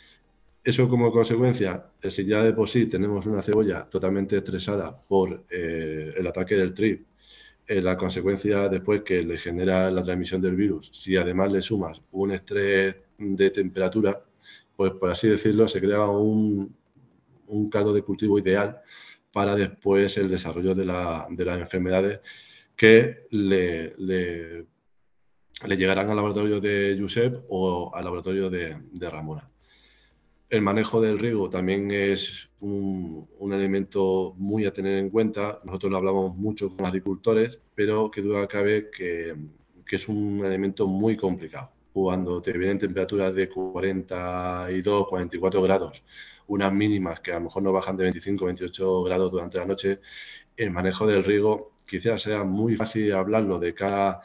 Eso como consecuencia, si ya de por sí tenemos una cebolla totalmente estresada por eh, el ataque del trip, eh, la consecuencia después que le genera la transmisión del virus, si además le sumas un estrés de temperatura, pues por así decirlo, se crea un, un caldo de cultivo ideal para después el desarrollo de, la, de las enfermedades que le, le, le llegarán al laboratorio de Josep o al laboratorio de, de Ramona. El manejo del riego también es un, un elemento muy a tener en cuenta. Nosotros lo hablamos mucho con agricultores, pero que duda cabe que, que es un elemento muy complicado. Cuando te vienen temperaturas de cuarenta y dos, cuarenta y cuatro grados, unas mínimas que a lo mejor no bajan de veinticinco, veintiocho grados durante la noche, el manejo del riego quizás sea muy fácil hablarlo de cara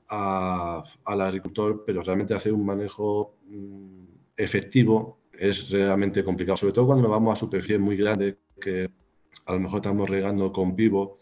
a, al agricultor, pero realmente hacer un manejo mmm, efectivo es realmente complicado, sobre todo cuando nos vamos a superficies muy grandes, que a lo mejor estamos regando con pivo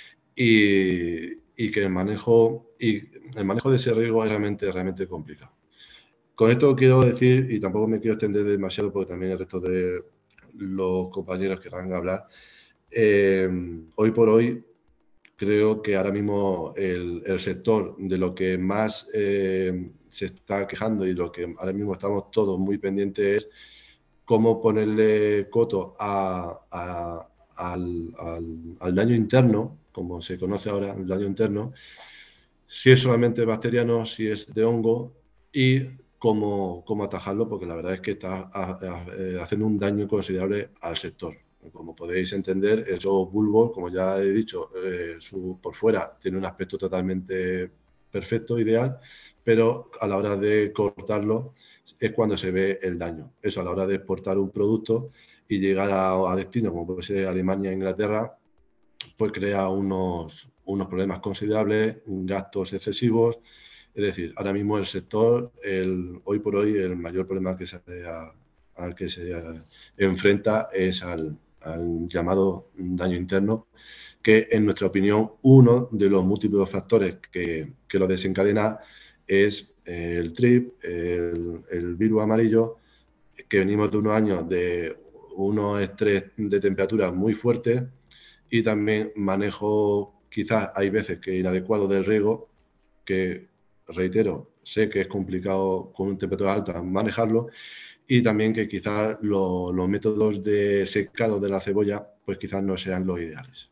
y, y que el manejo, y el manejo de ese riego es realmente, realmente complicado. Con esto quiero decir, y tampoco me quiero extender demasiado porque también el resto de los compañeros querrán hablar, eh, hoy por hoy creo que ahora mismo el, el sector de lo que más eh, se está quejando y lo que ahora mismo estamos todos muy pendientes es cómo ponerle coto a, a, al, al, al daño interno, como se conoce ahora, el daño interno, si es solamente bacteriano, si es de hongo y cómo, cómo atajarlo, porque la verdad es que está a, a, a, haciendo un daño considerable al sector. Como podéis entender, esos bulbos, como ya he dicho, eh, su, por fuera tiene un aspecto totalmente perfecto, ideal, pero a la hora de cortarlo es cuando se ve el daño. Eso a la hora de exportar un producto y llegar a, a destino, como puede ser Alemania e Inglaterra, pues crea unos, unos problemas considerables, gastos excesivos. Es decir, ahora mismo el sector, el, hoy por hoy, el mayor problema que se, a, al que se a, enfrenta es al, al llamado daño interno, que en nuestra opinión uno de los múltiples factores que, que lo desencadena es el trip, el, el virus amarillo, que venimos de unos años de unos estrés de temperatura muy fuertes y también manejo, quizás hay veces que inadecuado del riego, que reitero, sé que es complicado con una temperatura alta manejarlo, y también que quizás lo, los métodos de secado de la cebolla pues quizás no sean los ideales.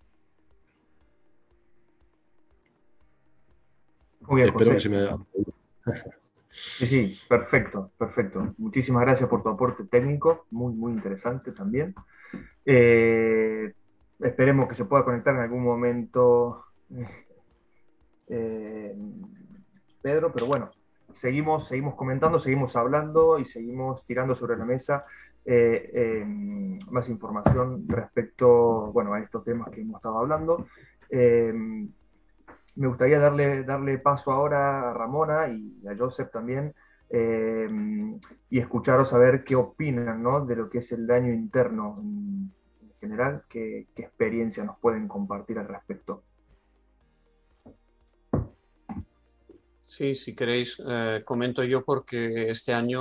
Muy bien, Espero José. que se me... Sí, sí, perfecto, perfecto. Muchísimas gracias por tu aporte técnico, muy, muy interesante también. Eh, esperemos que se pueda conectar en algún momento eh, Pedro, pero bueno, seguimos, seguimos comentando, seguimos hablando y seguimos tirando sobre la mesa eh, eh, más información respecto, bueno, a estos temas que hemos estado hablando. Eh, me gustaría darle, darle paso ahora a Ramona y a Josep también eh, y escucharos a ver qué opinan, ¿no?, de lo que es el daño interno en general, qué, qué experiencia nos pueden compartir al respecto. Sí, si queréis, eh, comento yo porque este año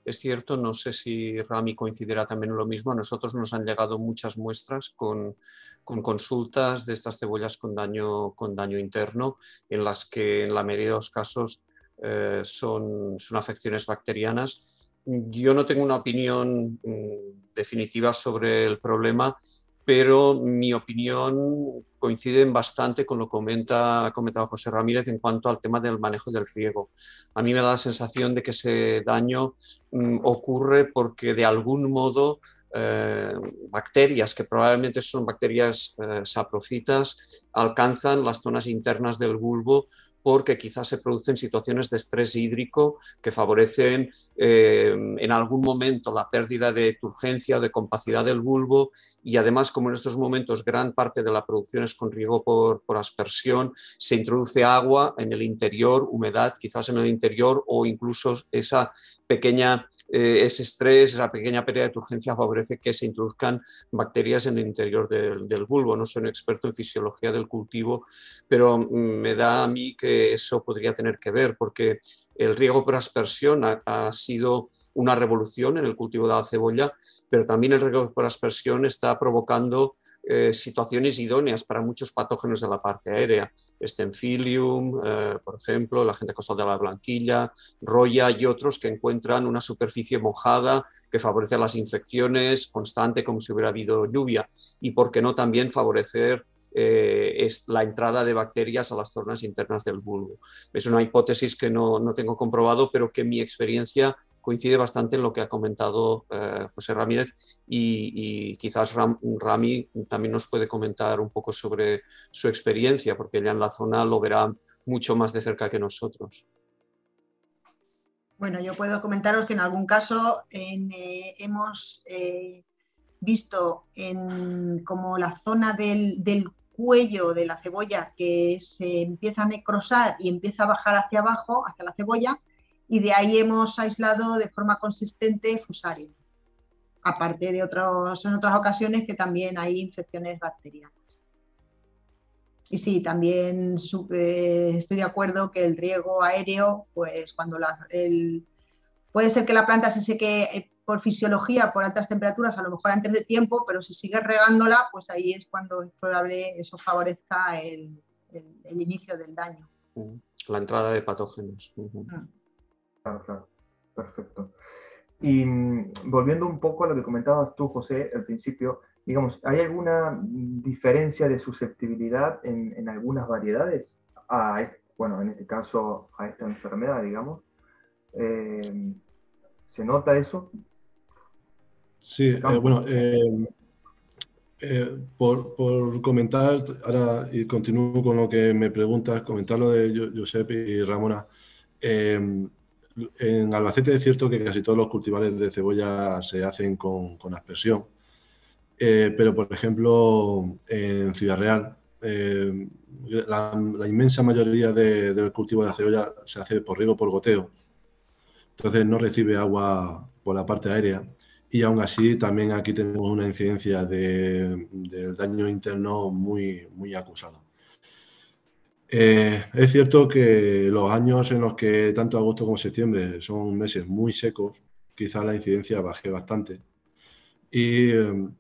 Es cierto, no sé si Rami coincidirá también en lo mismo, a nosotros nos han llegado muchas muestras con, con consultas de estas cebollas con daño, con daño interno, en las que en la mayoría de los casos eh, son, son afecciones bacterianas. Yo no tengo una opinión mm, definitiva sobre el problema, pero mi opinión coincide bastante con lo que comenta, ha comentado José Ramírez en cuanto al tema del manejo del riego. A mí me da la sensación de que ese daño mmm, ocurre porque de algún modo eh, bacterias, que probablemente son bacterias eh, saprofitas, alcanzan las zonas internas del bulbo porque quizás se producen situaciones de estrés hídrico que favorecen eh, en algún momento la pérdida de turgencia o de compacidad del bulbo, y además, como en estos momentos gran parte de la producción es con riego por, por aspersión, se introduce agua en el interior, humedad quizás en el interior, o incluso esa pequeña, eh, ese estrés, esa pequeña pérdida de turgencia favorece que se introduzcan bacterias en el interior del, del bulbo. No soy un experto en fisiología del cultivo, pero me da a mí que eso podría tener que ver, porque el riego por aspersión ha, ha sido una revolución en el cultivo de la cebolla, pero también el riego por aspersión está provocando eh, situaciones idóneas para muchos patógenos de la parte aérea. Staphylium, eh, por ejemplo, la agente causal de la blanquilla, Roya y otros que encuentran una superficie mojada que favorece las infecciones constante como si hubiera habido lluvia, y por qué no también favorecer Eh, es la entrada de bacterias a las zonas internas del bulbo. Es una hipótesis que no, no tengo comprobado, pero que mi experiencia coincide bastante en lo que ha comentado eh, José Ramírez, y, y quizás Ram, Rami también nos puede comentar un poco sobre su experiencia, porque ella en la zona lo verá mucho más de cerca que nosotros. Bueno, yo puedo comentaros que en algún caso en, eh, hemos eh, visto en como la zona del, del cuello de la cebolla que se empieza a necrosar y empieza a bajar hacia abajo, hacia la cebolla, y de ahí hemos aislado de forma consistente Fusarium. Aparte de otros, en otras ocasiones que también hay infecciones bacterianas. Y sí, también eh, estoy de acuerdo que el riego aéreo, pues cuando la, el, puede ser que la planta se seque por fisiología, por altas temperaturas, a lo mejor antes de tiempo, pero si sigues regándola, pues ahí es cuando es probable eso favorezca el, el, el inicio del daño. La entrada de patógenos. Uh-huh. Claro, claro. Perfecto. Y mmm, volviendo un poco a lo que comentabas tú, José, al principio, digamos, ¿hay alguna diferencia de susceptibilidad en, en algunas variedades? A, bueno, en este caso, a esta enfermedad, digamos. Eh, ¿Se nota eso? Sí, eh, bueno, eh, eh, por, por comentar, ahora y continúo con lo que me preguntas, comentar lo de Josep y Ramona. Eh, en Albacete es cierto que casi todos los cultivares de cebolla se hacen con, con aspersión, eh, pero por ejemplo en Ciudad Real eh, la, la inmensa mayoría de, del cultivo de la cebolla se hace por riego por goteo, entonces no recibe agua por la parte aérea, y aún así también aquí tenemos una incidencia de, del daño interno muy, muy acusado. Eh, es cierto que los años en los que tanto agosto como septiembre son meses muy secos, quizás la incidencia baje bastante. Y,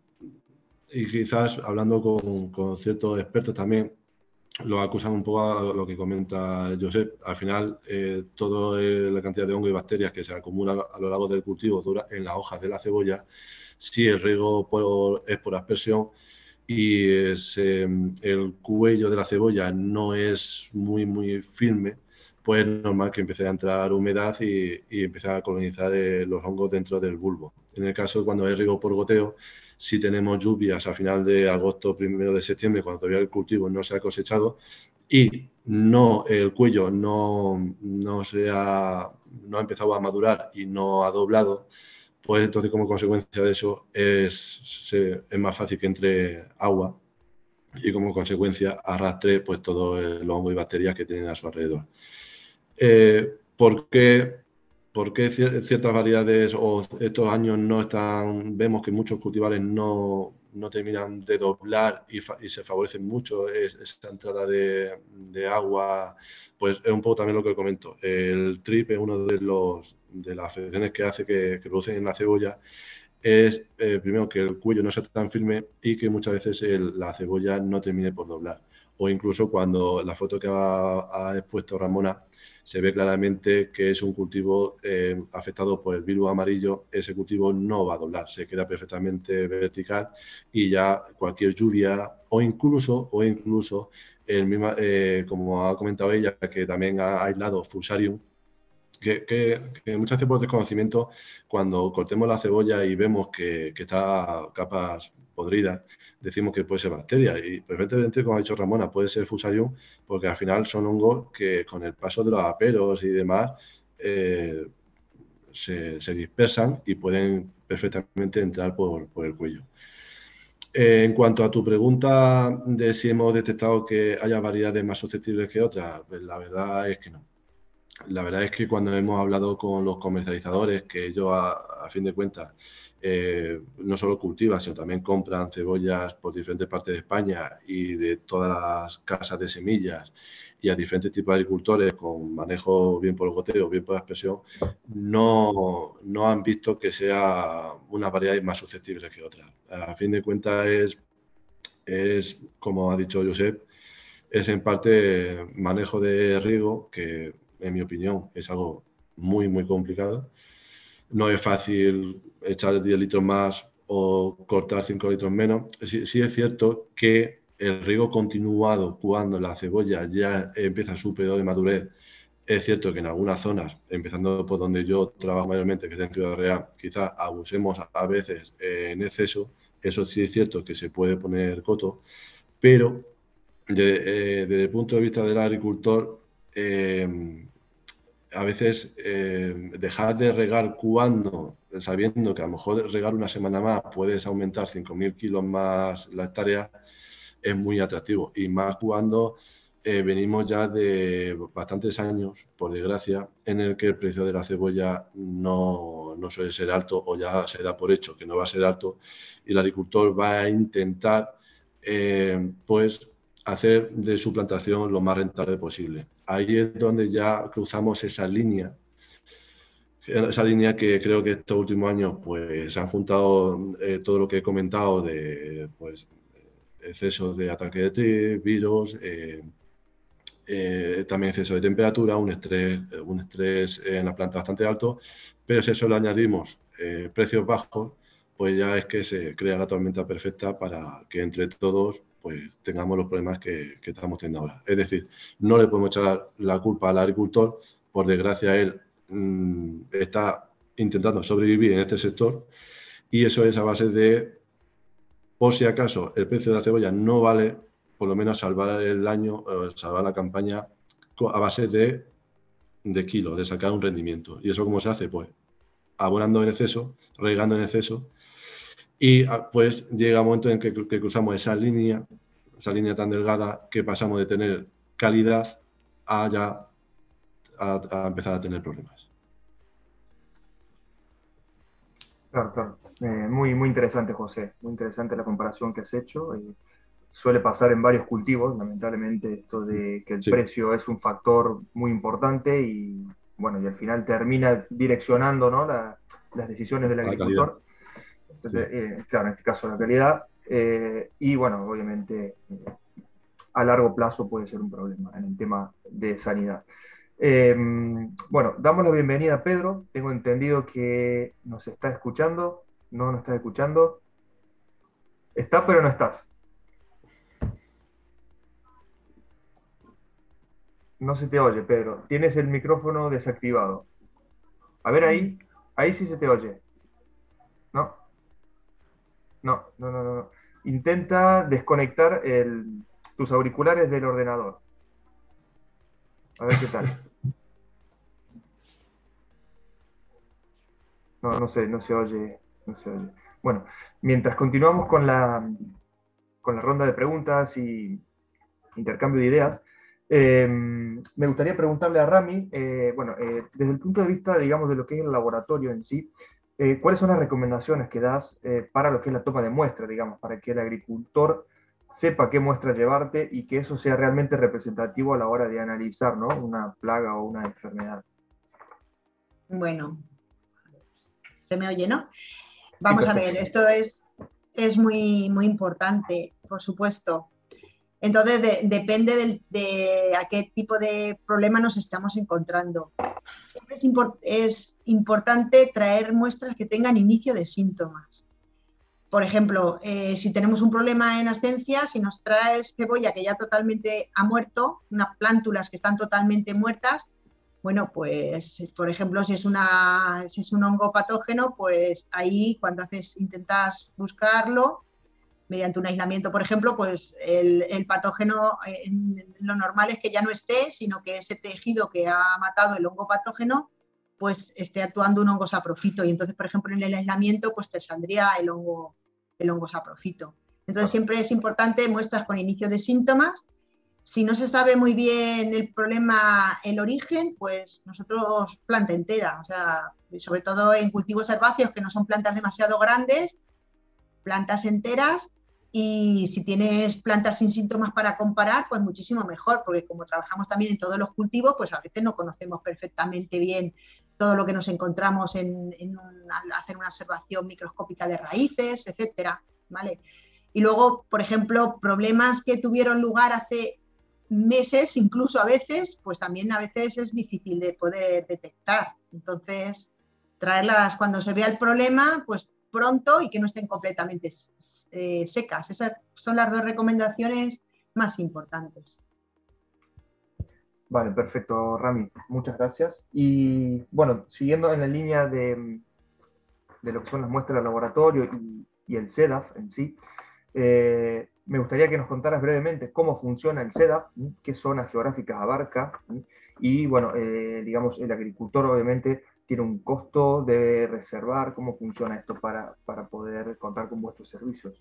y quizás hablando con, con ciertos expertos también, lo acusan un poco a lo que comenta Josep. Al final, eh, toda la cantidad de hongo y bacterias que se acumulan a lo largo del cultivo dura en las hojas de la cebolla, si el riego por, es por aspersión, y es, eh, el cuello de la cebolla no es muy, muy firme, pues es normal que empiece a entrar humedad y, y empiece a colonizar eh, los hongos dentro del bulbo. En el caso cuando hay riego por goteo, si tenemos lluvias a final de agosto, primero de septiembre, cuando todavía el cultivo no se ha cosechado y no, el cuello no, no, se ha, no ha empezado a madurar y no ha doblado, pues entonces como consecuencia de eso es, se, es más fácil que entre agua y como consecuencia arrastre pues todos los hongos y bacterias que tienen a su alrededor. Eh, ¿por qué, por qué ciertas variedades o estos años no están, vemos que muchos cultivares no, no terminan de doblar y, y se favorece mucho es, esa entrada de, de agua, pues es un poco también lo que comento. El trip es uno de, los, de las afecciones que hace que, que producen en la cebolla. Es, eh, primero, que el cuello no sea tan firme y que muchas veces el, la cebolla no termine por doblar. O incluso cuando la foto que ha, ha expuesto Ramona, se ve claramente que es un cultivo eh, afectado por el virus amarillo. Ese cultivo no va a doblar, se queda perfectamente vertical y ya cualquier lluvia o incluso, o incluso el misma, eh, como ha comentado ella, que también ha aislado Fusarium, Que, que, que muchas veces por desconocimiento, cuando cortemos la cebolla y vemos que, que está a capas podridas, decimos que puede ser bacteria. Y perfectamente, como ha dicho Ramona, puede ser Fusarium, porque al final son hongos que con el paso de los aperos y demás eh, se, se dispersan y pueden perfectamente entrar por, por el cuello. Eh, en cuanto a tu pregunta de si hemos detectado que haya variedades más susceptibles que otras, pues la verdad es que no. La verdad es que cuando hemos hablado con los comercializadores, que ellos a, a fin de cuentas eh, no solo cultivan, sino también compran cebollas por diferentes partes de España y de todas las casas de semillas y a diferentes tipos de agricultores con manejo bien por el goteo, bien por la expresión, no, no han visto que sea una variedad más susceptible que otras. A fin de cuentas es, es, como ha dicho Josep, es en parte manejo de riego que, en mi opinión, es algo muy, muy complicado. No es fácil echar diez litros más o cortar cinco litros menos. Sí, sí es cierto que el riego continuado cuando la cebolla ya empieza su periodo de madurez, es cierto que en algunas zonas, empezando por donde yo trabajo mayormente, que es en Ciudad Real, quizás abusemos a veces en exceso. Eso sí es cierto que se puede poner coto, pero de, eh, desde el punto de vista del agricultor, eh, a veces eh, dejar de regar cuando, sabiendo que a lo mejor regar una semana más puedes aumentar cinco mil kilos más la hectárea, es muy atractivo. Y más cuando eh, venimos ya de bastantes años, por desgracia, en el que el precio de la cebolla no, no suele ser alto o ya se da por hecho que no va a ser alto y el agricultor va a intentar eh, pues hacer de su plantación lo más rentable posible. Ahí es donde ya cruzamos esa línea, esa línea que creo que estos últimos años pues han juntado eh, todo lo que he comentado de pues, exceso de ataque de trip, virus, eh, eh, también exceso de temperatura, un estrés, un estrés en la planta bastante alto, pero si a eso le añadimos eh, precios bajos, pues ya es que se crea la tormenta perfecta para que entre todos pues tengamos los problemas que, que estamos teniendo ahora. Es decir, no le podemos echar la culpa al agricultor, por desgracia él mmm, está intentando sobrevivir en este sector y eso es a base de, por si acaso el precio de la cebolla no vale, por lo menos salvar el año, salvar la campaña a base de, de kilos, de sacar un rendimiento. ¿Y eso cómo se hace? Pues abonando en exceso, regando en exceso. Y pues llega un momento en que, que cruzamos esa línea, esa línea tan delgada que pasamos de tener calidad a ya a, a empezar a tener problemas. Claro, claro. Eh, muy, muy interesante, José. Muy interesante la comparación que has hecho. Eh, suele pasar en varios cultivos, lamentablemente, esto de que el Sí. precio es un factor muy importante y, bueno, y al final termina direccionando, ¿no?, la, las decisiones del agricultor. Entonces, sí. eh, claro, en este caso la calidad. Eh, y, bueno, obviamente, eh, a largo plazo puede ser un problema en el tema de sanidad. Eh, bueno, damos la bienvenida a Pedro. Tengo entendido que nos está escuchando. No nos está escuchando. Está, pero no estás. No se te oye, Pedro. Tienes el micrófono desactivado. A ver ahí. Ahí sí se te oye. No. No, no, no, no. Intenta desconectar el, tus auriculares del ordenador. A ver qué tal. No, no sé, no se oye, no se oye. Bueno, mientras continuamos con la, con la ronda de preguntas y intercambio de ideas, eh, me gustaría preguntarle a Rami, eh, bueno, eh, desde el punto de vista, digamos, de lo que es el laboratorio en sí, eh, ¿cuáles son las recomendaciones que das eh, para lo que es la toma de muestra, digamos, para que el agricultor sepa qué muestra llevarte y que eso sea realmente representativo a la hora de analizar, ¿no?, una plaga o una enfermedad? Bueno, se me oye, ¿no? Vamos sí, a ver, esto es, es muy, muy importante, por supuesto. Entonces, de, depende del, de a qué tipo de problema nos estamos encontrando. Siempre es, import, es importante traer muestras que tengan inicio de síntomas. Por ejemplo, eh, si tenemos un problema en ascencia, si nos traes cebolla que ya totalmente ha muerto, unas plántulas que están totalmente muertas, bueno, pues, por ejemplo, si es, una, si es un hongo patógeno, pues ahí cuando haces, intentas buscarlo, mediante un aislamiento, por ejemplo, pues el, el patógeno, eh, lo normal es que ya no esté, sino que ese tejido que ha matado el hongo patógeno, pues esté actuando un hongo saprofito. Y entonces, por ejemplo, en el aislamiento, pues te saldría el hongo, el hongo saprofito. Entonces, siempre es importante muestras con inicio de síntomas. Si no se sabe muy bien el problema, el origen, pues nosotros planta entera. O sea, sobre todo en cultivos herbáceos que no son plantas demasiado grandes, plantas enteras. Y si tienes plantas sin síntomas para comparar, pues muchísimo mejor, porque como trabajamos también en todos los cultivos, pues a veces no conocemos perfectamente bien todo lo que nos encontramos en, en un, al hacer una observación microscópica de raíces, etcétera, ¿vale? Y luego, por ejemplo, problemas que tuvieron lugar hace meses, incluso a veces, pues también a veces es difícil de poder detectar. Entonces, traerlas cuando se vea el problema, pues pronto y que no estén completamente eh, secas. Esas son las dos recomendaciones más importantes. Vale, perfecto, Rami. Muchas gracias. Y bueno, siguiendo en la línea de, de lo que son las muestras de laboratorio y, y el C E D A F en sí, eh, me gustaría que nos contaras brevemente cómo funciona el C E D A F, qué zonas geográficas abarca, y bueno, eh, digamos, el agricultor obviamente tiene un costo, debe reservar, cómo funciona esto para, para poder contar con vuestros servicios.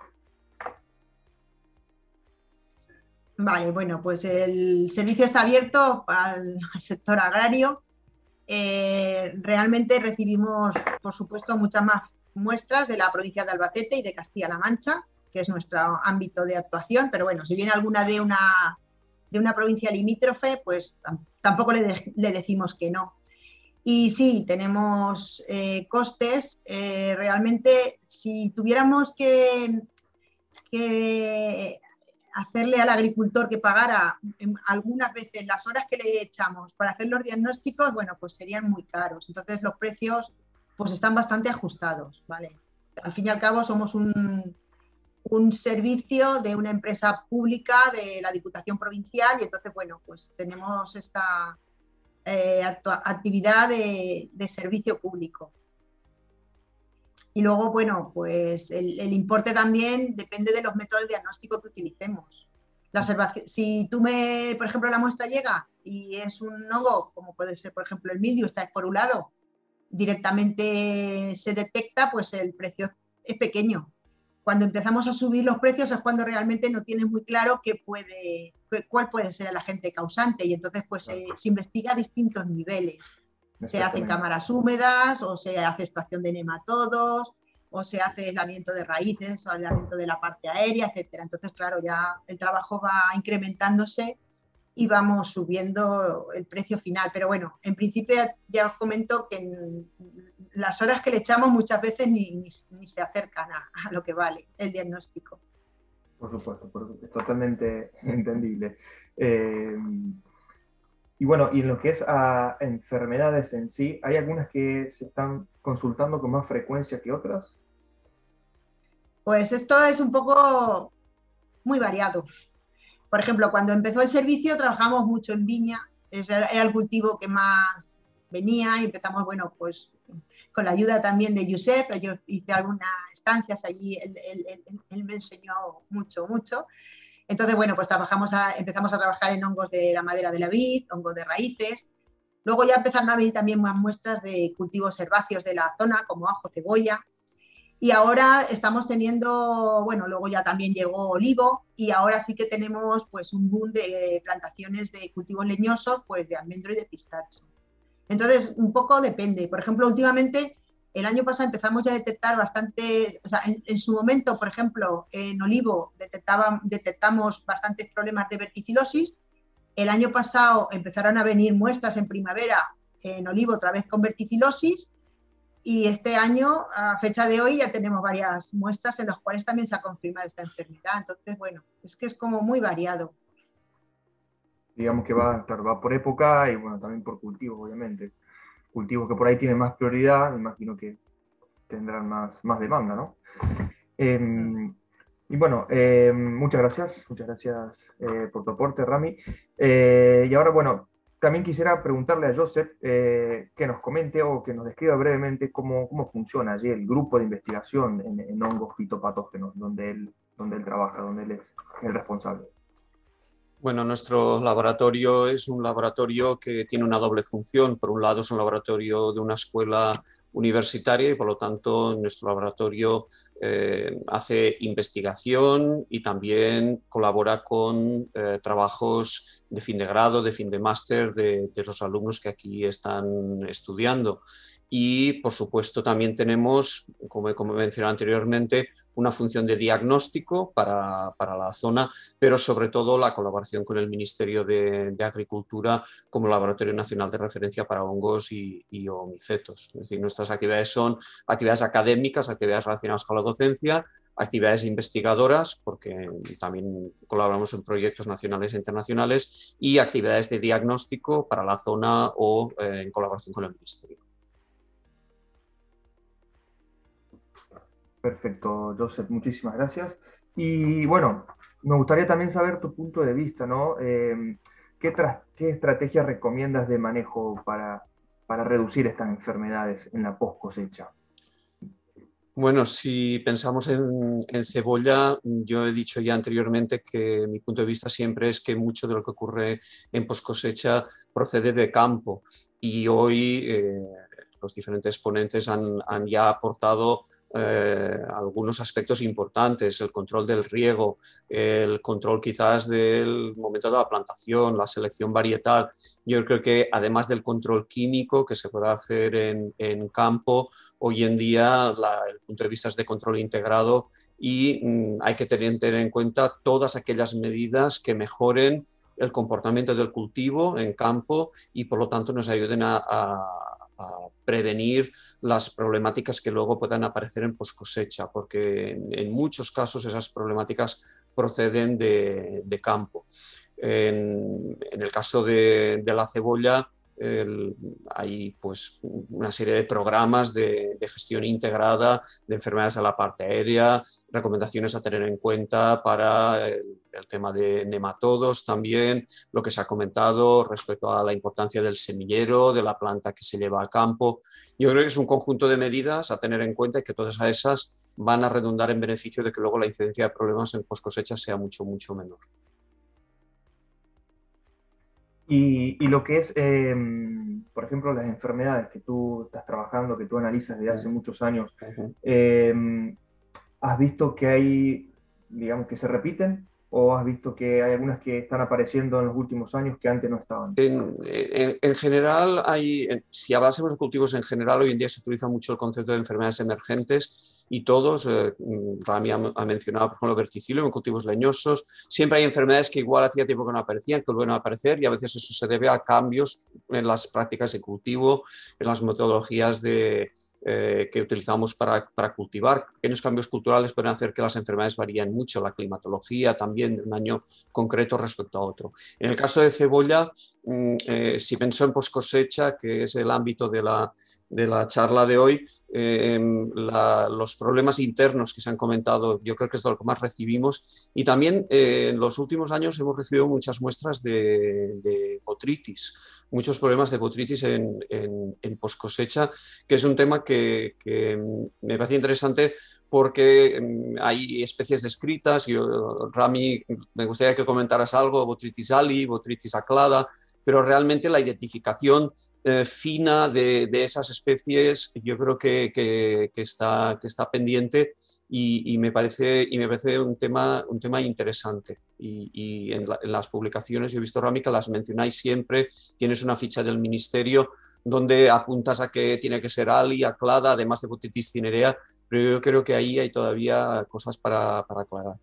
Vale, bueno, pues el servicio está abierto al, al sector agrario. Eh, realmente recibimos, por supuesto, muchas más muestras de la provincia de Albacete y de Castilla-La Mancha, que es nuestro ámbito de actuación, pero bueno, si viene alguna de una, de una provincia limítrofe, pues tampoco le, de, le decimos que no. Y sí, tenemos eh, costes. Eh, realmente, si tuviéramos que, que hacerle al agricultor que pagara algunas veces las horas que le echamos para hacer los diagnósticos, bueno, pues serían muy caros. Entonces los precios pues están bastante ajustados, ¿vale? Al fin y al cabo somos un, un servicio de una empresa pública de la Diputación Provincial y entonces, bueno, pues tenemos esta eh, actividad de, de servicio público. Y luego, bueno, pues el, el importe también depende de los métodos de diagnóstico que utilicemos. La observación, si tú me, por ejemplo, la muestra llega y es un hongo, como puede ser, por ejemplo, el mildio, está esporulado, directamente se detecta, pues el precio es pequeño. Cuando empezamos a subir los precios es cuando realmente no tienes muy claro qué puede, cuál puede ser el agente causante y entonces pues eh, se investiga a distintos niveles. Se hacen cámaras húmedas o se hace extracción de nematodos o se hace aislamiento de raíces o aislamiento de la parte aérea, etcétera. Entonces, claro, ya el trabajo va incrementándose y vamos subiendo el precio final. Pero bueno, en principio ya os comento que en las horas que le echamos muchas veces ni, ni, ni se acercan a, a lo que vale el diagnóstico. Por supuesto, por supuesto, es totalmente entendible. Eh, y bueno, y en lo que es a enfermedades en sí, ¿hay algunas que se están consultando con más frecuencia que otras? Pues esto es un poco muy variado. Por ejemplo, cuando empezó el servicio trabajamos mucho en viña, era el cultivo que más venía y empezamos, bueno, pues con la ayuda también de Josep, yo hice algunas estancias allí, él, él, él, él me enseñó mucho, mucho. Entonces, bueno, pues trabajamos a, empezamos a trabajar en hongos de la madera de la vid, hongos de raíces. Luego ya empezaron a venir también más muestras de cultivos herbáceos de la zona, como ajo, cebolla. Y ahora estamos teniendo, bueno, luego ya también llegó olivo y ahora sí que tenemos pues un boom de plantaciones de cultivos leñosos, pues de almendro y de pistacho. Entonces, un poco depende. Por ejemplo, últimamente el año pasado empezamos ya a detectar bastante, o sea, en, en su momento, por ejemplo, en olivo detectaba, detectamos bastantes problemas de verticilosis. El año pasado empezaron a venir muestras en primavera en olivo otra vez con verticilosis, y este año, a fecha de hoy, ya tenemos varias muestras en las cuales también se ha confirmado esta enfermedad. Entonces, bueno, es que es como muy variado. Digamos que va, claro, va por época y bueno, también por cultivos, obviamente. Cultivos que por ahí tienen más prioridad, me imagino que tendrán más, más demanda, ¿no? Eh, y bueno, eh, muchas gracias, muchas gracias eh, por tu aporte, Rami. Eh, y ahora, bueno, también quisiera preguntarle a Joseph eh, que nos comente o que nos describa brevemente cómo, cómo funciona allí el grupo de investigación en, en hongos fitopatógenos, donde él, donde él trabaja, donde él es el responsable. Bueno, nuestro laboratorio es un laboratorio que tiene una doble función. Por un lado, es un laboratorio de una escuela universitaria y, por lo tanto, nuestro laboratorio eh, hace investigación y también colabora con eh, trabajos de fin de grado, de fin de máster de, de los alumnos que aquí están estudiando. Y, por supuesto, también tenemos, como he mencionado anteriormente, una función de diagnóstico para, para la zona, pero sobre todo la colaboración con el Ministerio de, de Agricultura como Laboratorio Nacional de Referencia para Hongos y, y Omicetos. Es decir, nuestras actividades son actividades académicas, actividades relacionadas con la docencia, actividades investigadoras, porque también colaboramos en proyectos nacionales e internacionales, y actividades de diagnóstico para la zona o eh, en colaboración con el Ministerio. Perfecto, Joseph, muchísimas gracias. Y bueno, me gustaría también saber tu punto de vista, ¿no? Eh, ¿qué, ¿Qué estrategias recomiendas de manejo para, para reducir estas enfermedades en la post cosecha? Bueno, si pensamos en, en cebolla, yo he dicho ya anteriormente que mi punto de vista siempre es que mucho de lo que ocurre en post cosecha procede de campo, y hoy eh, los diferentes ponentes han, han ya aportado eh, algunos aspectos importantes: el control del riego, el control quizás del momento de la plantación, la selección varietal. Yo creo que además del control químico que se puede hacer en, en campo, hoy en día la, el punto de vista es de control integrado, y mmm, hay que tener, tener en cuenta todas aquellas medidas que mejoren el comportamiento del cultivo en campo y por lo tanto nos ayuden a, a, a prevenir las problemáticas que luego puedan aparecer en post cosecha, porque en, en muchos casos esas problemáticas proceden de, de campo. En, en el caso de, de la cebolla, El, hay pues una serie de programas de, de gestión integrada de enfermedades de la parte aérea, recomendaciones a tener en cuenta para el, el tema de nematodos también, lo que se ha comentado respecto a la importancia del semillero, de la planta que se lleva a campo. Yo creo que es un conjunto de medidas a tener en cuenta y que todas esas van a redundar en beneficio de que luego la incidencia de problemas en post cosecha sea mucho, mucho menor. Y, y lo que es, eh, por ejemplo, las enfermedades que tú estás trabajando, que tú analizas desde hace muchos años, eh, ¿has visto que hay, digamos, que se repiten? ¿O has visto que hay algunas que están apareciendo en los últimos años que antes no estaban? En, en, en general, hay, si hablásemos de cultivos en general, hoy en día se utiliza mucho el concepto de enfermedades emergentes, y todos, eh, Rami ha, ha mencionado, por ejemplo, verticilo en cultivos leñosos. Siempre hay enfermedades que igual hacía tiempo que no aparecían, que vuelven a aparecer, y a veces eso se debe a cambios en las prácticas de cultivo, en las metodologías de, eh, que utilizamos para, para cultivar. Pequeños cambios culturales pueden hacer que las enfermedades varíen mucho, la climatología también de un año concreto respecto a otro. En el caso de cebolla, Eh, si pensó en post cosecha, que es el ámbito de la, de la charla de hoy, eh, la, los problemas internos que se han comentado, yo creo que es de lo que más recibimos, y también eh, en los últimos años hemos recibido muchas muestras de, de botritis, muchos problemas de botritis en, en, en post cosecha, que es un tema que, que me parece interesante porque hay especies descritas. Yo, Rami, me gustaría que comentaras algo: Botrytis ali, Botrytis aclada, pero realmente la identificación eh, fina de, de esas especies yo creo que, que, que, está, que está pendiente, y, y, me parece, y me parece un tema, un tema interesante. Y, y en, la, en las publicaciones yo he visto, Rami, que las mencionáis siempre, tienes una ficha del Ministerio donde apuntas a que tiene que ser Ali, aclada, además de Botrytis cinerea, pero yo creo que ahí hay todavía cosas para, para aclarar.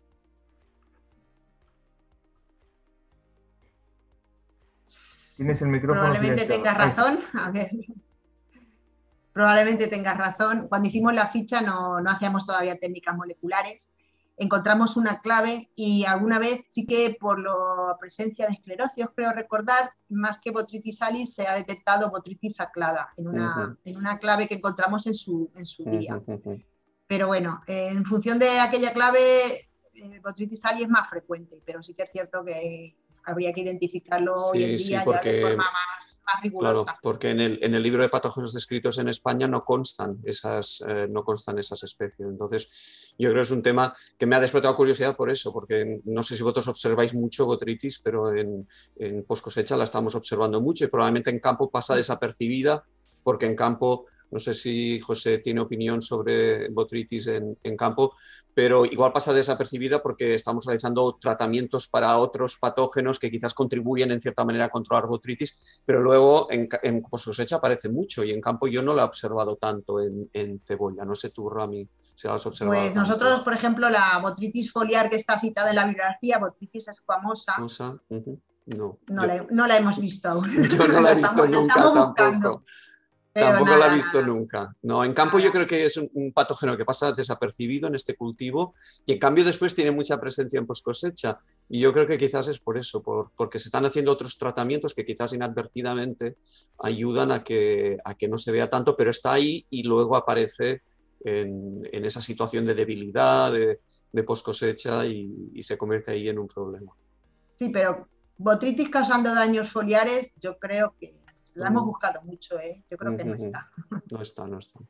Tienes el micrófono Probablemente silenciado. tengas razón. A ver. Probablemente tengas razón. Cuando hicimos la ficha no, no hacíamos todavía técnicas moleculares. Encontramos una clave y alguna vez sí que por la presencia de esclerocios, creo recordar, más que Botrytis alis se ha detectado Botrytis aclada en una, uh-huh. en una clave que encontramos en su, en su día. Uh-huh. Pero bueno, eh, en función de aquella clave, eh, Botrytis alis es más frecuente, pero sí que es cierto que habría que identificarlo sí, hoy en día sí, porque, ya de forma más, más rigurosa. Claro, porque en el, en el libro de patógenos descritos en España no constan esas, eh, no constan esas especies. Entonces, yo creo que es un tema que me ha despertado curiosidad por eso, porque no sé si vosotros observáis mucho Botrytis, pero en, en post cosecha la estamos observando mucho y probablemente en campo pasa desapercibida, porque en campo, no sé si José tiene opinión sobre Botrytis en, en campo, pero igual pasa desapercibida porque estamos realizando tratamientos para otros patógenos que quizás contribuyen en cierta manera a controlar Botrytis, pero luego en, en post cosecha aparece mucho y en campo yo no la he observado tanto en, en cebolla. No sé tú, Rami, si la has observado. Pues tanto. Nosotros, por ejemplo, la Botrytis foliar que está citada en la bibliografía, Botrytis esquamosa, uh-huh. no, no, yo, la, no la hemos visto aún. Yo no la he visto estamos, nunca estamos tampoco. Buscando. Pero Tampoco nada, la he visto nada. nunca. No, en campo nada. Yo creo que es un, un patógeno que pasa desapercibido en este cultivo y en cambio después tiene mucha presencia en post cosecha. Y yo creo que quizás es por eso, por, porque se están haciendo otros tratamientos que quizás inadvertidamente ayudan a que, a que no se vea tanto, pero está ahí y luego aparece en, en esa situación de debilidad, de, de post cosecha y, y se convierte ahí en un problema. Sí, pero Botrytis causando daños foliares, yo creo que la hemos buscado mucho, ¿eh? Yo creo que no está. No está, no está.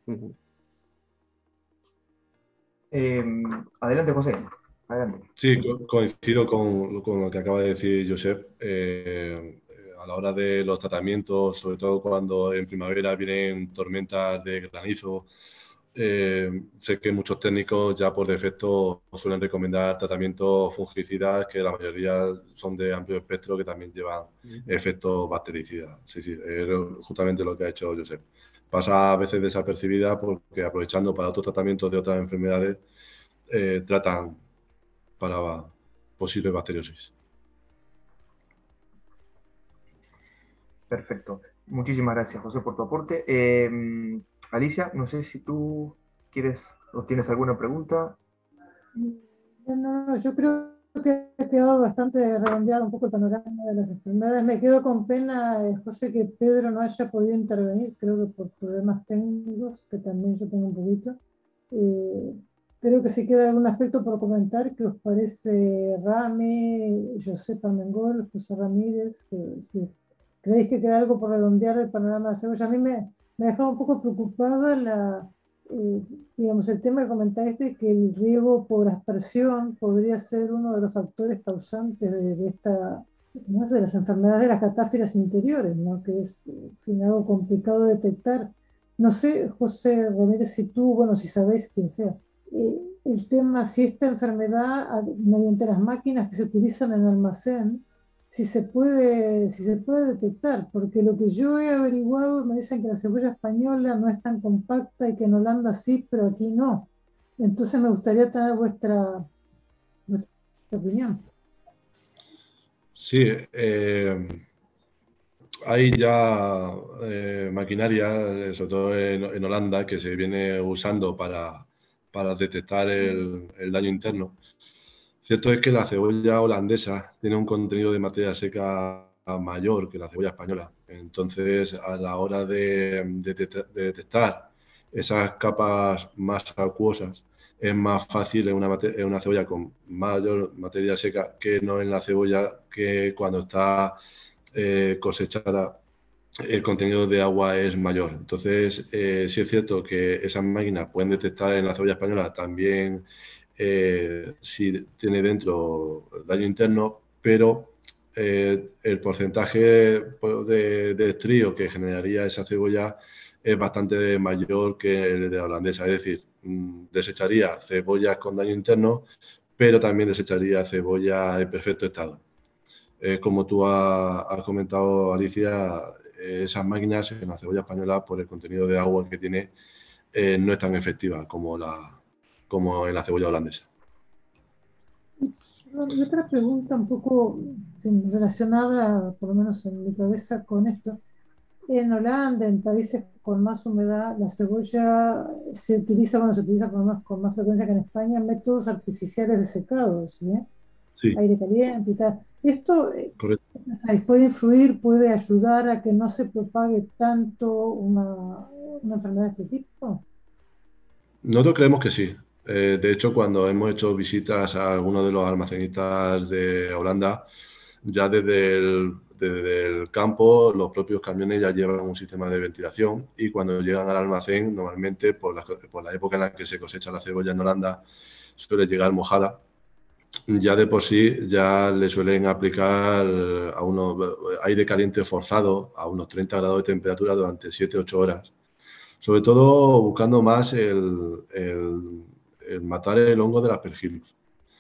Eh, adelante, José. Adelante. Sí, co coincido con, con lo que acaba de decir Josep. Eh, a la hora de los tratamientos, sobre todo cuando en primavera vienen tormentas de granizo, eh, sé que muchos técnicos ya por defecto suelen recomendar tratamientos fungicidas que la mayoría son de amplio espectro que también llevan uh-huh. efectos bactericidas. Sí, sí, es justamente lo que ha hecho Josep. Pasa a veces desapercibida porque aprovechando para otros tratamientos de otras enfermedades eh, tratan para posible bacteriosis. Perfecto. Muchísimas gracias, José, por tu aporte. Eh, Alicia, no sé si tú quieres o tienes alguna pregunta. No, no, yo creo que ha quedado bastante redondeado un poco el panorama de las enfermedades. Me quedo con pena, eh, José, que Pedro no haya podido intervenir, creo que por problemas técnicos, que también yo tengo un poquito. Eh, creo que si queda algún aspecto por comentar, que os parece Rami, Josepa Mengol, José Ramírez, que si creéis que queda algo por redondear del panorama de cebolla. A mí me, me ha dejado un poco preocupada la, eh, digamos, el tema que comentáis de que el riego por aspersión podría ser uno de los factores causantes de, de esta, ¿no? de las enfermedades de las catáfilas interiores, ¿no? Que es, en fin, algo complicado de detectar. No sé, José Ramírez, si tú, bueno, si sabéis quién sea, eh, el tema, si esta enfermedad, mediante las máquinas que se utilizan en el almacén, si se puede, si se puede detectar, porque lo que yo he averiguado me dicen que la cebolla española no es tan compacta y que en Holanda sí, pero aquí no. Entonces me gustaría tener vuestra, vuestra opinión. Sí, eh, hay ya eh, maquinaria, sobre todo en, en Holanda, que se viene usando para, para detectar el, el daño interno. Cierto es que la cebolla holandesa tiene un contenido de materia seca mayor que la cebolla española. Entonces, a la hora de, de, de detectar esas capas más acuosas, es más fácil en una, en una cebolla con mayor materia seca que no en la cebolla que cuando está eh, cosechada el contenido de agua es mayor. Entonces, eh, sí es cierto que esas máquinas pueden detectar en la cebolla española también Eh, si tiene dentro daño interno, pero eh, el porcentaje de, de estrío que generaría esa cebolla es bastante mayor que el de la holandesa, es decir, mmm, desecharía cebollas con daño interno, pero también desecharía cebolla en perfecto estado. Eh, como tú has, has comentado, Alicia, eh, esas máquinas en la cebolla española, por el contenido de agua que tiene, eh, no es tan efectiva como, la, como en la cebolla holandesa. Y otra pregunta un poco relacionada, por lo menos en mi cabeza, con esto. En Holanda, en países con más humedad, la cebolla se utiliza, bueno, se utiliza con más, con más frecuencia que en España, métodos artificiales de secado, ¿sí? Sí. Aire caliente y tal. ¿Esto Correcto. puede influir, puede ayudar a que no se propague tanto una, una enfermedad de este tipo? Nosotros creemos que sí. Eh, de hecho, cuando hemos hecho visitas a algunos de los almacenistas de Holanda, ya desde el, desde el campo los propios camiones ya llevan un sistema de ventilación y cuando llegan al almacén, normalmente por la, por la época en la que se cosecha la cebolla en Holanda, suele llegar mojada. Ya de por sí ya le suelen aplicar a unos aire caliente forzado a unos treinta grados de temperatura durante siete a ocho horas. Sobre todo buscando más el, el, el matar el hongo de la Aspergillus,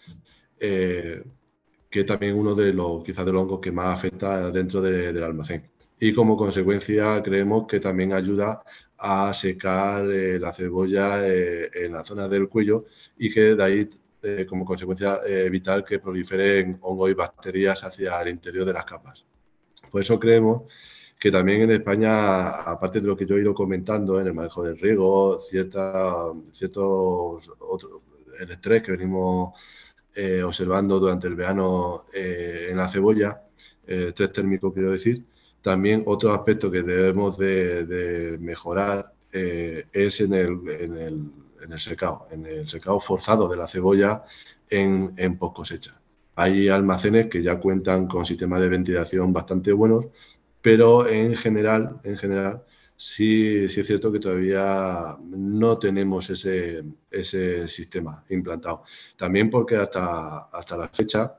eh, que también uno de los, quizás de los hongos que más afecta dentro de, del almacén. Y como consecuencia creemos que también ayuda a secar eh, la cebolla eh, en la zona del cuello y que de ahí, eh, como consecuencia, eh, evitar que proliferen hongos y bacterias hacia el interior de las capas. Por eso creemos que también en España, aparte de lo que yo he ido comentando en el manejo del riego, cierta, ciertos otros, el estrés que venimos eh, observando durante el verano eh, en la cebolla, eh, estrés térmico quiero decir, también otro aspecto que debemos de, de mejorar eh, es en el, en, el, en el secado, en el secado forzado de la cebolla en, en post cosecha. Hay almacenes que ya cuentan con sistemas de ventilación bastante buenos, pero en general, en general sí, sí es cierto que todavía no tenemos ese, ese sistema implantado. También porque hasta, hasta la fecha,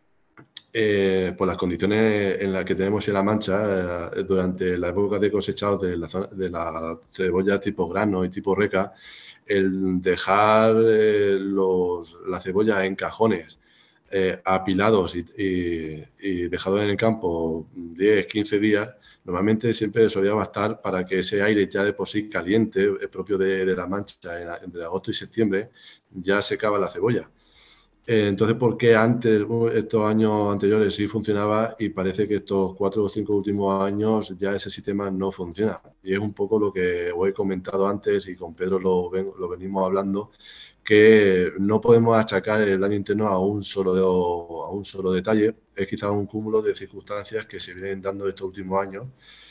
eh, por las condiciones en las que tenemos en La Mancha, eh, durante la época de cosechados de la, de la cebolla tipo grano y tipo reca, el dejar eh, los, la cebolla en cajones eh, apilados y, y, y dejados en el campo diez, quince días, normalmente siempre solía bastar para que ese aire ya de por sí caliente, eh, propio de, de La Mancha, en, entre agosto y septiembre, ya secaba la cebolla. Eh, entonces, ¿por qué antes, estos años anteriores sí funcionaba y parece que estos cuatro o cinco últimos años ya ese sistema no funciona? Y es un poco lo que os he comentado antes y con Pedro lo, ven, lo venimos hablando, que no podemos achacar el daño interno a un solo, de, a un solo detalle, es quizás un cúmulo de circunstancias que se vienen dando estos últimos años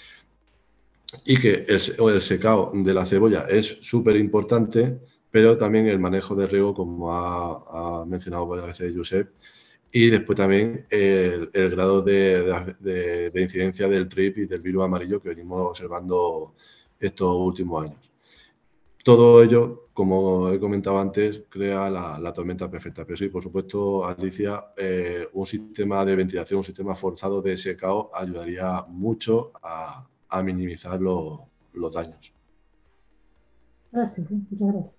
y que el, el secado de la cebolla es súper importante, pero también el manejo de riego, como ha, ha mencionado varias veces Josep, y después también el, el grado de, de, de incidencia del trip y del virus amarillo que venimos observando estos últimos años. Todo ello, como he comentado antes, crea la, la tormenta perfecta. Pero sí, por supuesto, Alicia, eh, un sistema de ventilación, un sistema forzado de secado ayudaría mucho a, a minimizar lo, los daños. Gracias, ¿sí? Muchas gracias.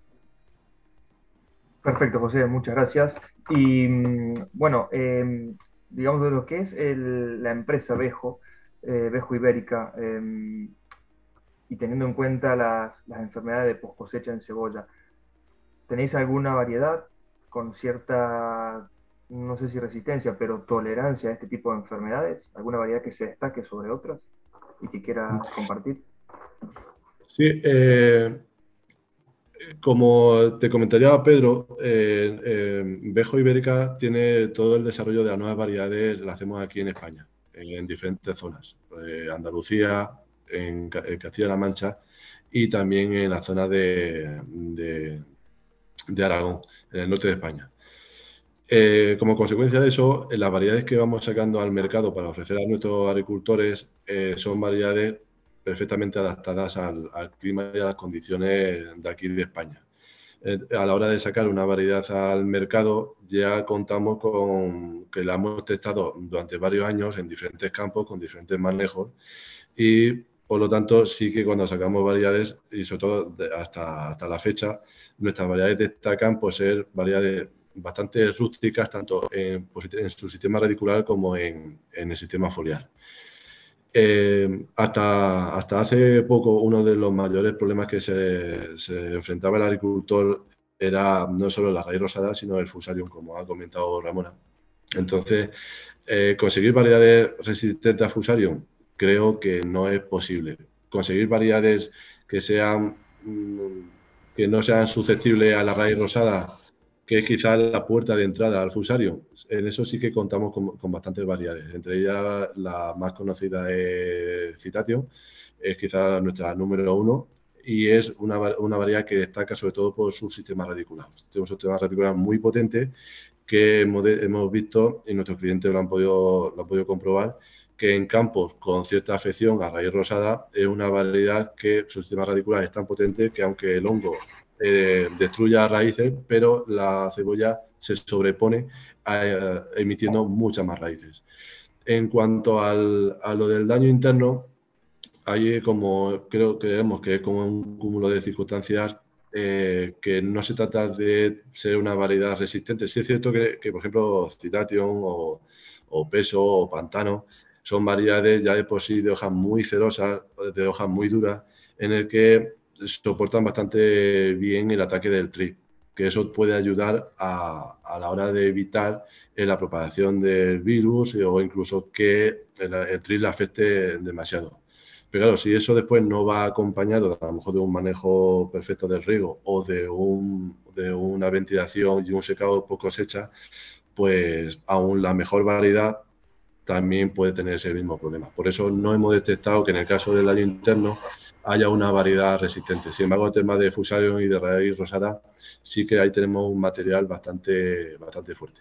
Perfecto, José, muchas gracias. Y bueno, eh, digamos de lo que es el, la empresa Vejo, eh, Vejo Ibérica, eh, y teniendo en cuenta las, las enfermedades de post cosecha en cebolla, ¿tenéis alguna variedad con cierta, no sé si resistencia, pero tolerancia a este tipo de enfermedades? ¿Alguna variedad que se destaque sobre otras y que quieras compartir? Sí, eh, como te comentaría Pedro, eh, eh, Vejo Ibérica tiene todo el desarrollo de las nuevas variedades, lo hacemos aquí en España, en, en diferentes zonas, eh, Andalucía, en, en Castilla-La Mancha y también en la zona de, de, de Aragón, en el norte de España. Eh, como consecuencia de eso, las variedades que vamos sacando al mercado para ofrecer a nuestros agricultores eh, son variedades perfectamente adaptadas al, al clima y a las condiciones de aquí de España. Eh, a la hora de sacar una variedad al mercado, ya contamos con que la hemos testado durante varios años en diferentes campos, con diferentes manejos, y por lo tanto sí que cuando sacamos variedades, y sobre todo hasta, hasta la fecha, nuestras variedades destacan por ser variedades bastante rústicas, tanto en, en su sistema radicular como en, en el sistema foliar. Eh, hasta, hasta hace poco uno de los mayores problemas que se, se enfrentaba el agricultor era no solo la raíz rosada, sino el fusarium, como ha comentado Ramona. Entonces, eh, conseguir variedades resistentes a fusarium creo que no es posible. Conseguir variedades que sean que no sean susceptibles a la raíz rosada, que es quizás la puerta de entrada al fusarium, en eso sí que contamos con, con bastantes variedades. Entre ellas, la más conocida es Citatium, es quizás nuestra número uno, y es una, una variedad que destaca sobre todo por su sistema radicular. Tiene un sistema radicular muy potente que hemos, de, hemos visto, y nuestros clientes lo han, podido, lo han podido comprobar, que en campos con cierta afección a raíz rosada es una variedad que su sistema radicular es tan potente que aunque el hongo eh, destruya raíces, pero la cebolla se sobrepone eh, emitiendo muchas más raíces. En cuanto al, a lo del daño interno, ahí como creo que vemos que es como un cúmulo de circunstancias eh, que no se trata de ser una variedad resistente. Sí es cierto que, que por ejemplo, Citatium o, o Peso o Pantano son variedades ya de por sí de hojas muy cerosas, de hojas muy duras, en el que soportan bastante bien el ataque del trip, que eso puede ayudar a, a la hora de evitar la propagación del virus o incluso que el, el trip le afecte demasiado. Pero claro, si eso después no va acompañado a lo mejor de un manejo perfecto del riego o de, un, de una ventilación y un secado por cosecha, pues aún la mejor variedad también puede tener ese mismo problema. Por eso no hemos detectado que en el caso del daño interno haya una variedad resistente. Sin embargo, en el tema de fusarium y de raíz rosada, sí que ahí tenemos un material bastante, bastante fuerte.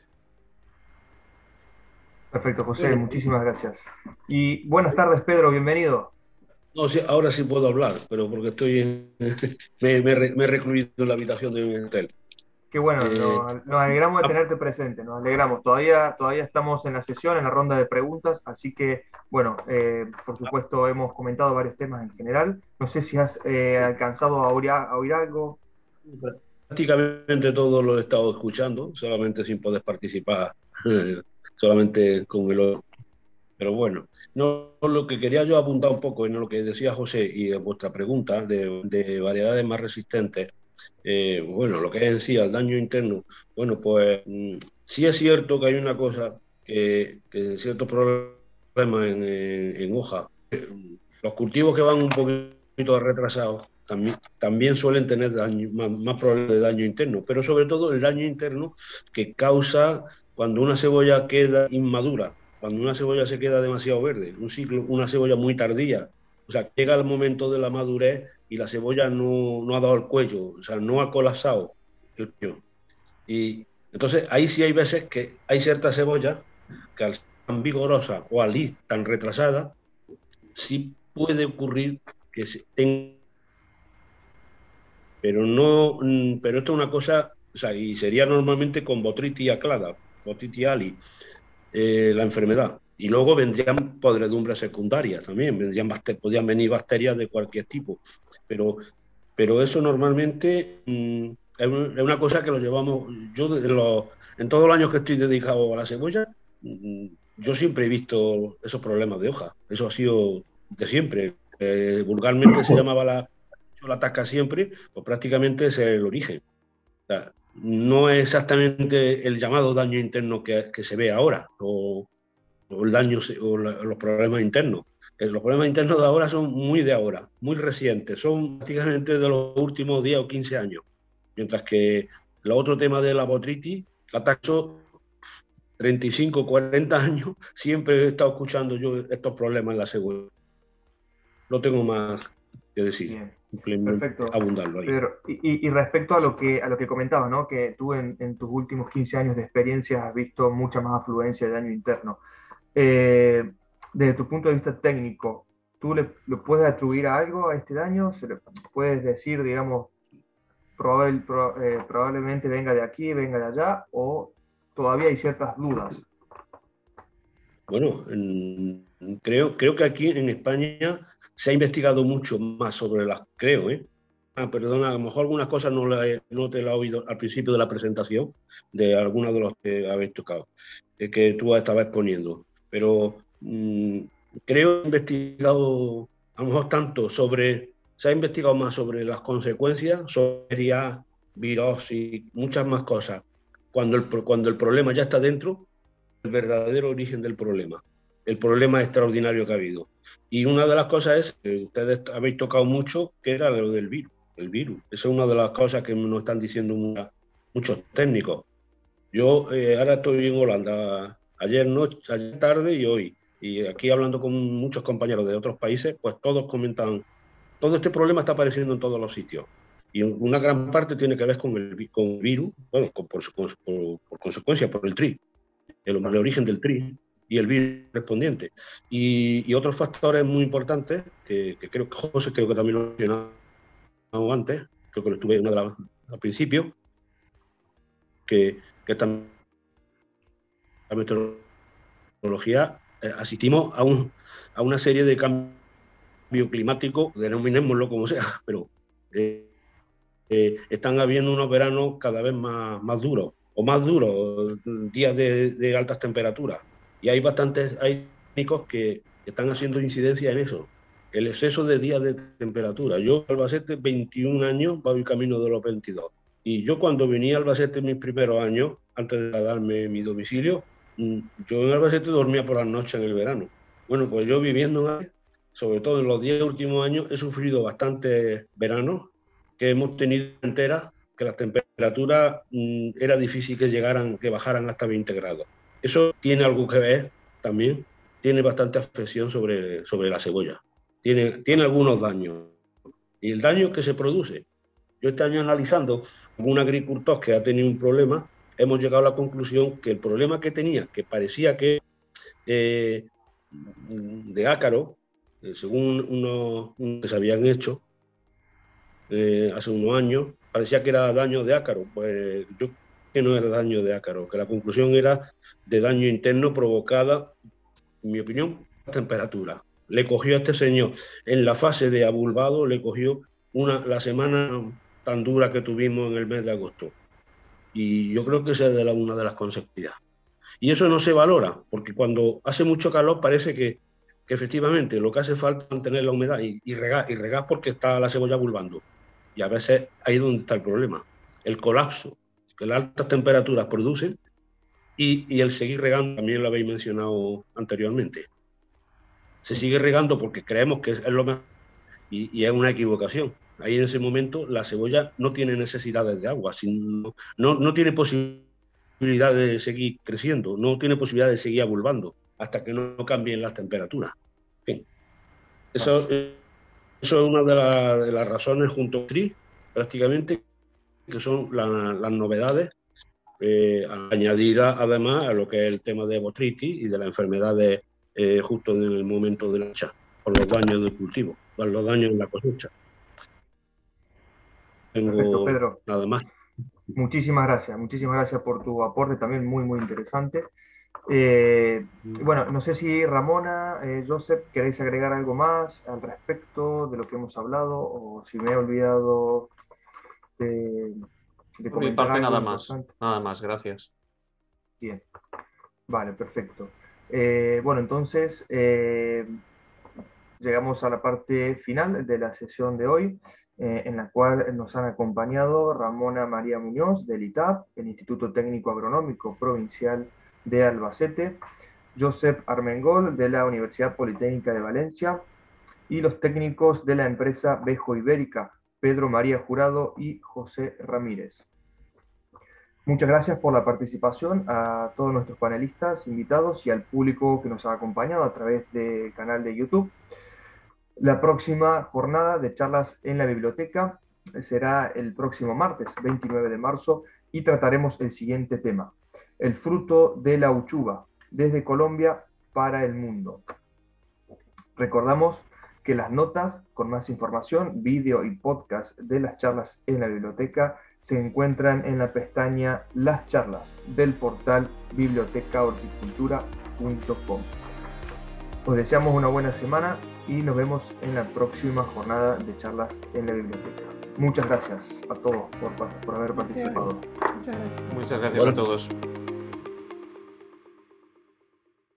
Perfecto, José, muchísimas gracias. Y buenas tardes, Pedro, bienvenido. No, sí, ahora sí puedo hablar, pero porque estoy en, me, me, me he recluido en la habitación de mi hotel. Qué bueno, Eh, nos, nos alegramos de tenerte presente, nos alegramos. Todavía, todavía estamos en la sesión, en la ronda de preguntas, así que, bueno, eh, por supuesto hemos comentado varios temas en general. No sé si has eh, alcanzado a oír, a oír algo. Prácticamente todo lo he estado escuchando, solamente sin poder participar, solamente con el... Pero bueno, no, lo que quería yo apuntar un poco en lo que decía José y en vuestra pregunta de, de variedades más resistentes. Eh, bueno, lo que es en sí el daño interno, bueno, pues mmm, sí es cierto que hay una cosa que, que ciertos problemas en, en, en hoja, los cultivos que van un poquito retrasados también, también suelen tener daño, más, más problemas de daño interno, pero sobre todo el daño interno que causa cuando una cebolla queda inmadura, cuando una cebolla se queda demasiado verde, un ciclo, una cebolla muy tardía, o sea, llega el momento de la madurez y la cebolla no, no ha dado el cuello, o sea, no ha colapsado el cuello. Y entonces ahí sí hay veces que hay ciertas cebollas que al ser tan vigorosas o al ir tan retrasada, sí puede ocurrir que se tenga... Pero no, pero esto es una cosa, o sea, y sería normalmente con Botrytis aclada, Botrytis ali, eh, la enfermedad. Y luego vendrían podredumbres secundarias también, vendrían podrían venir bacterias de cualquier tipo. Pero, pero eso normalmente mmm, es una cosa que lo llevamos, yo de los, en todos los años que estoy dedicado a la cebolla, mmm, yo siempre he visto esos problemas de hoja. Eso ha sido de siempre. Eh, vulgarmente se llamaba la, la tasca siempre, pues prácticamente es el origen. O sea, no es exactamente el llamado daño interno que, que se ve ahora, o, o el daño o la, los problemas internos. Los problemas internos de ahora son muy de ahora, muy recientes, son prácticamente de los últimos diez o quince años. Mientras que el otro tema de la botrytis, la taxo, treinta y cinco, cuarenta años, siempre he estado escuchando yo estos problemas en la cebolla. No tengo más que decir. Bien. Simplemente Perfecto. abundarlo ahí. Pero, y, y respecto a lo que, a lo que comentabas, ¿no? Que tú en, en tus últimos quince años de experiencia has visto mucha más afluencia de daño interno. Eh, desde tu punto de vista técnico, ¿tú le, le puedes atribuir a algo a este daño? ¿Se le puedes decir, digamos, probable, pro, eh, probablemente venga de aquí, venga de allá, o todavía hay ciertas dudas? Bueno, creo, creo que aquí en España se ha investigado mucho más sobre las, creo, ¿eh? Ah, perdona, a lo mejor algunas cosas no, la he, no te las he oído al principio de la presentación, de algunos de los que habéis tocado, eh, que tú estabas exponiendo. Pero mmm, creo que he investigado, a lo mejor tanto sobre, se ha investigado más sobre las consecuencias, sobre virosis, muchas más cosas, cuando el, cuando el problema ya está dentro, el verdadero origen del problema, el problema extraordinario que ha habido. Y una de las cosas es, que ustedes habéis tocado mucho, que era lo del virus, el virus. Esa es una de las cosas que nos están diciendo muchos, muchos técnicos. Yo eh, ahora estoy en Holanda, ayer noche, ayer tarde y hoy, y aquí hablando con muchos compañeros de otros países, pues todos comentan, todo este problema está apareciendo en todos los sitios. Y una gran parte tiene que ver con el, con el virus, bueno, con, por, por, por consecuencia, por el tri, el, el origen del tri y el virus correspondiente. Y, y otros factores muy importantes, que, que creo que José creo que también lo mencionado antes, creo que lo estuve una de las, al principio, que, que también la meteorología eh, asistimos a, un, a una serie de cambios climáticos, denominémoslo como sea, pero eh, eh, están habiendo unos veranos cada vez más, más duros, o más duros, días de, de altas temperaturas. Y hay bastantes hay técnicos que están haciendo incidencia en eso, el exceso de días de temperatura. Yo, Albacete, veintiún años, voy camino de los veintidós. Y yo cuando venía a Albacete en mis primeros años, antes de darme mi domicilio, yo en Albacete dormía por las noches en el verano. Bueno, pues yo viviendo, sobre todo en los diez últimos años, he sufrido bastantes veranos que hemos tenido enteras, que las temperaturas mmm, era difícil que llegaran, que bajaran hasta veinte grados. Eso tiene algo que ver también, tiene bastante afección sobre, sobre la cebolla. Tiene, tiene algunos daños. Y el daño que se produce, yo este año analizando un agricultor que ha tenido un problema, hemos llegado a la conclusión que el problema que tenía, que parecía que eh, de ácaro, eh, según unos, unos que se habían hecho eh, hace unos años, parecía que era daño de ácaro. Pues yo creo que no era daño de ácaro, que la conclusión era de daño interno provocada, en mi opinión, por la temperatura. Le cogió a este señor en la fase de abulvado, le cogió una, la semana tan dura que tuvimos en el mes de agosto. Y yo creo que esa es de la, una de las consecuencias. Y eso no se valora, porque cuando hace mucho calor parece que, que efectivamente lo que hace falta es mantener la humedad y, y, regar, y regar porque está la cebolla bulbando. Y a veces ahí es donde está el problema. El colapso que las altas temperaturas producen y, y el seguir regando, también lo habéis mencionado anteriormente. Se sigue regando porque creemos que es lo mejor y, y es una equivocación. Ahí en ese momento la cebolla no tiene necesidades de agua, sino, no, no tiene posibilidad de seguir creciendo, no tiene posibilidad de seguir abulbando hasta que no cambien las temperaturas. En fin, eso, eso es una de, la, de las razones junto al tri, prácticamente, que son la, las novedades, eh, a añadir a, además a lo que es el tema de botrytis y de las enfermedades eh, justo en el momento de la cosecha, por los daños del cultivo, por los daños en la cosecha. Tengo Perfecto, Pedro. Nada más. Muchísimas gracias, muchísimas gracias por tu aporte también muy, muy interesante. Eh, bueno, no sé si Ramona, eh, Josep, queréis agregar algo más al respecto de lo que hemos hablado o si me he olvidado de, de por mi parte nada más, nada más, gracias. Bien, vale, perfecto. Eh, bueno, entonces eh, llegamos a la parte final de la sesión de hoy, eh, en la cual nos han acompañado Ramona María Muñoz del I T A P, el Instituto Técnico Agronómico Provincial de Albacete, Josep Armengol de la Universidad Politécnica de Valencia y los técnicos de la empresa Bejo Ibérica, Pedro María Jurado y José Ramírez. Muchas gracias por la participación a todos nuestros panelistas, invitados y al público que nos ha acompañado a través del canal de YouTube. La próxima jornada de charlas en la biblioteca será el próximo martes, veintinueve de marzo, y trataremos el siguiente tema: el fruto de la uchuva, desde Colombia para el mundo. Recordamos que las notas con más información, vídeo y podcast de las charlas en la biblioteca se encuentran en la pestaña Las charlas del portal biblioteca horticultura punto com. Os deseamos una buena semana y nos vemos en la próxima jornada de charlas en la biblioteca. Muchas gracias a todos por, por haber participado. Muchas gracias. Muchas gracias a todos.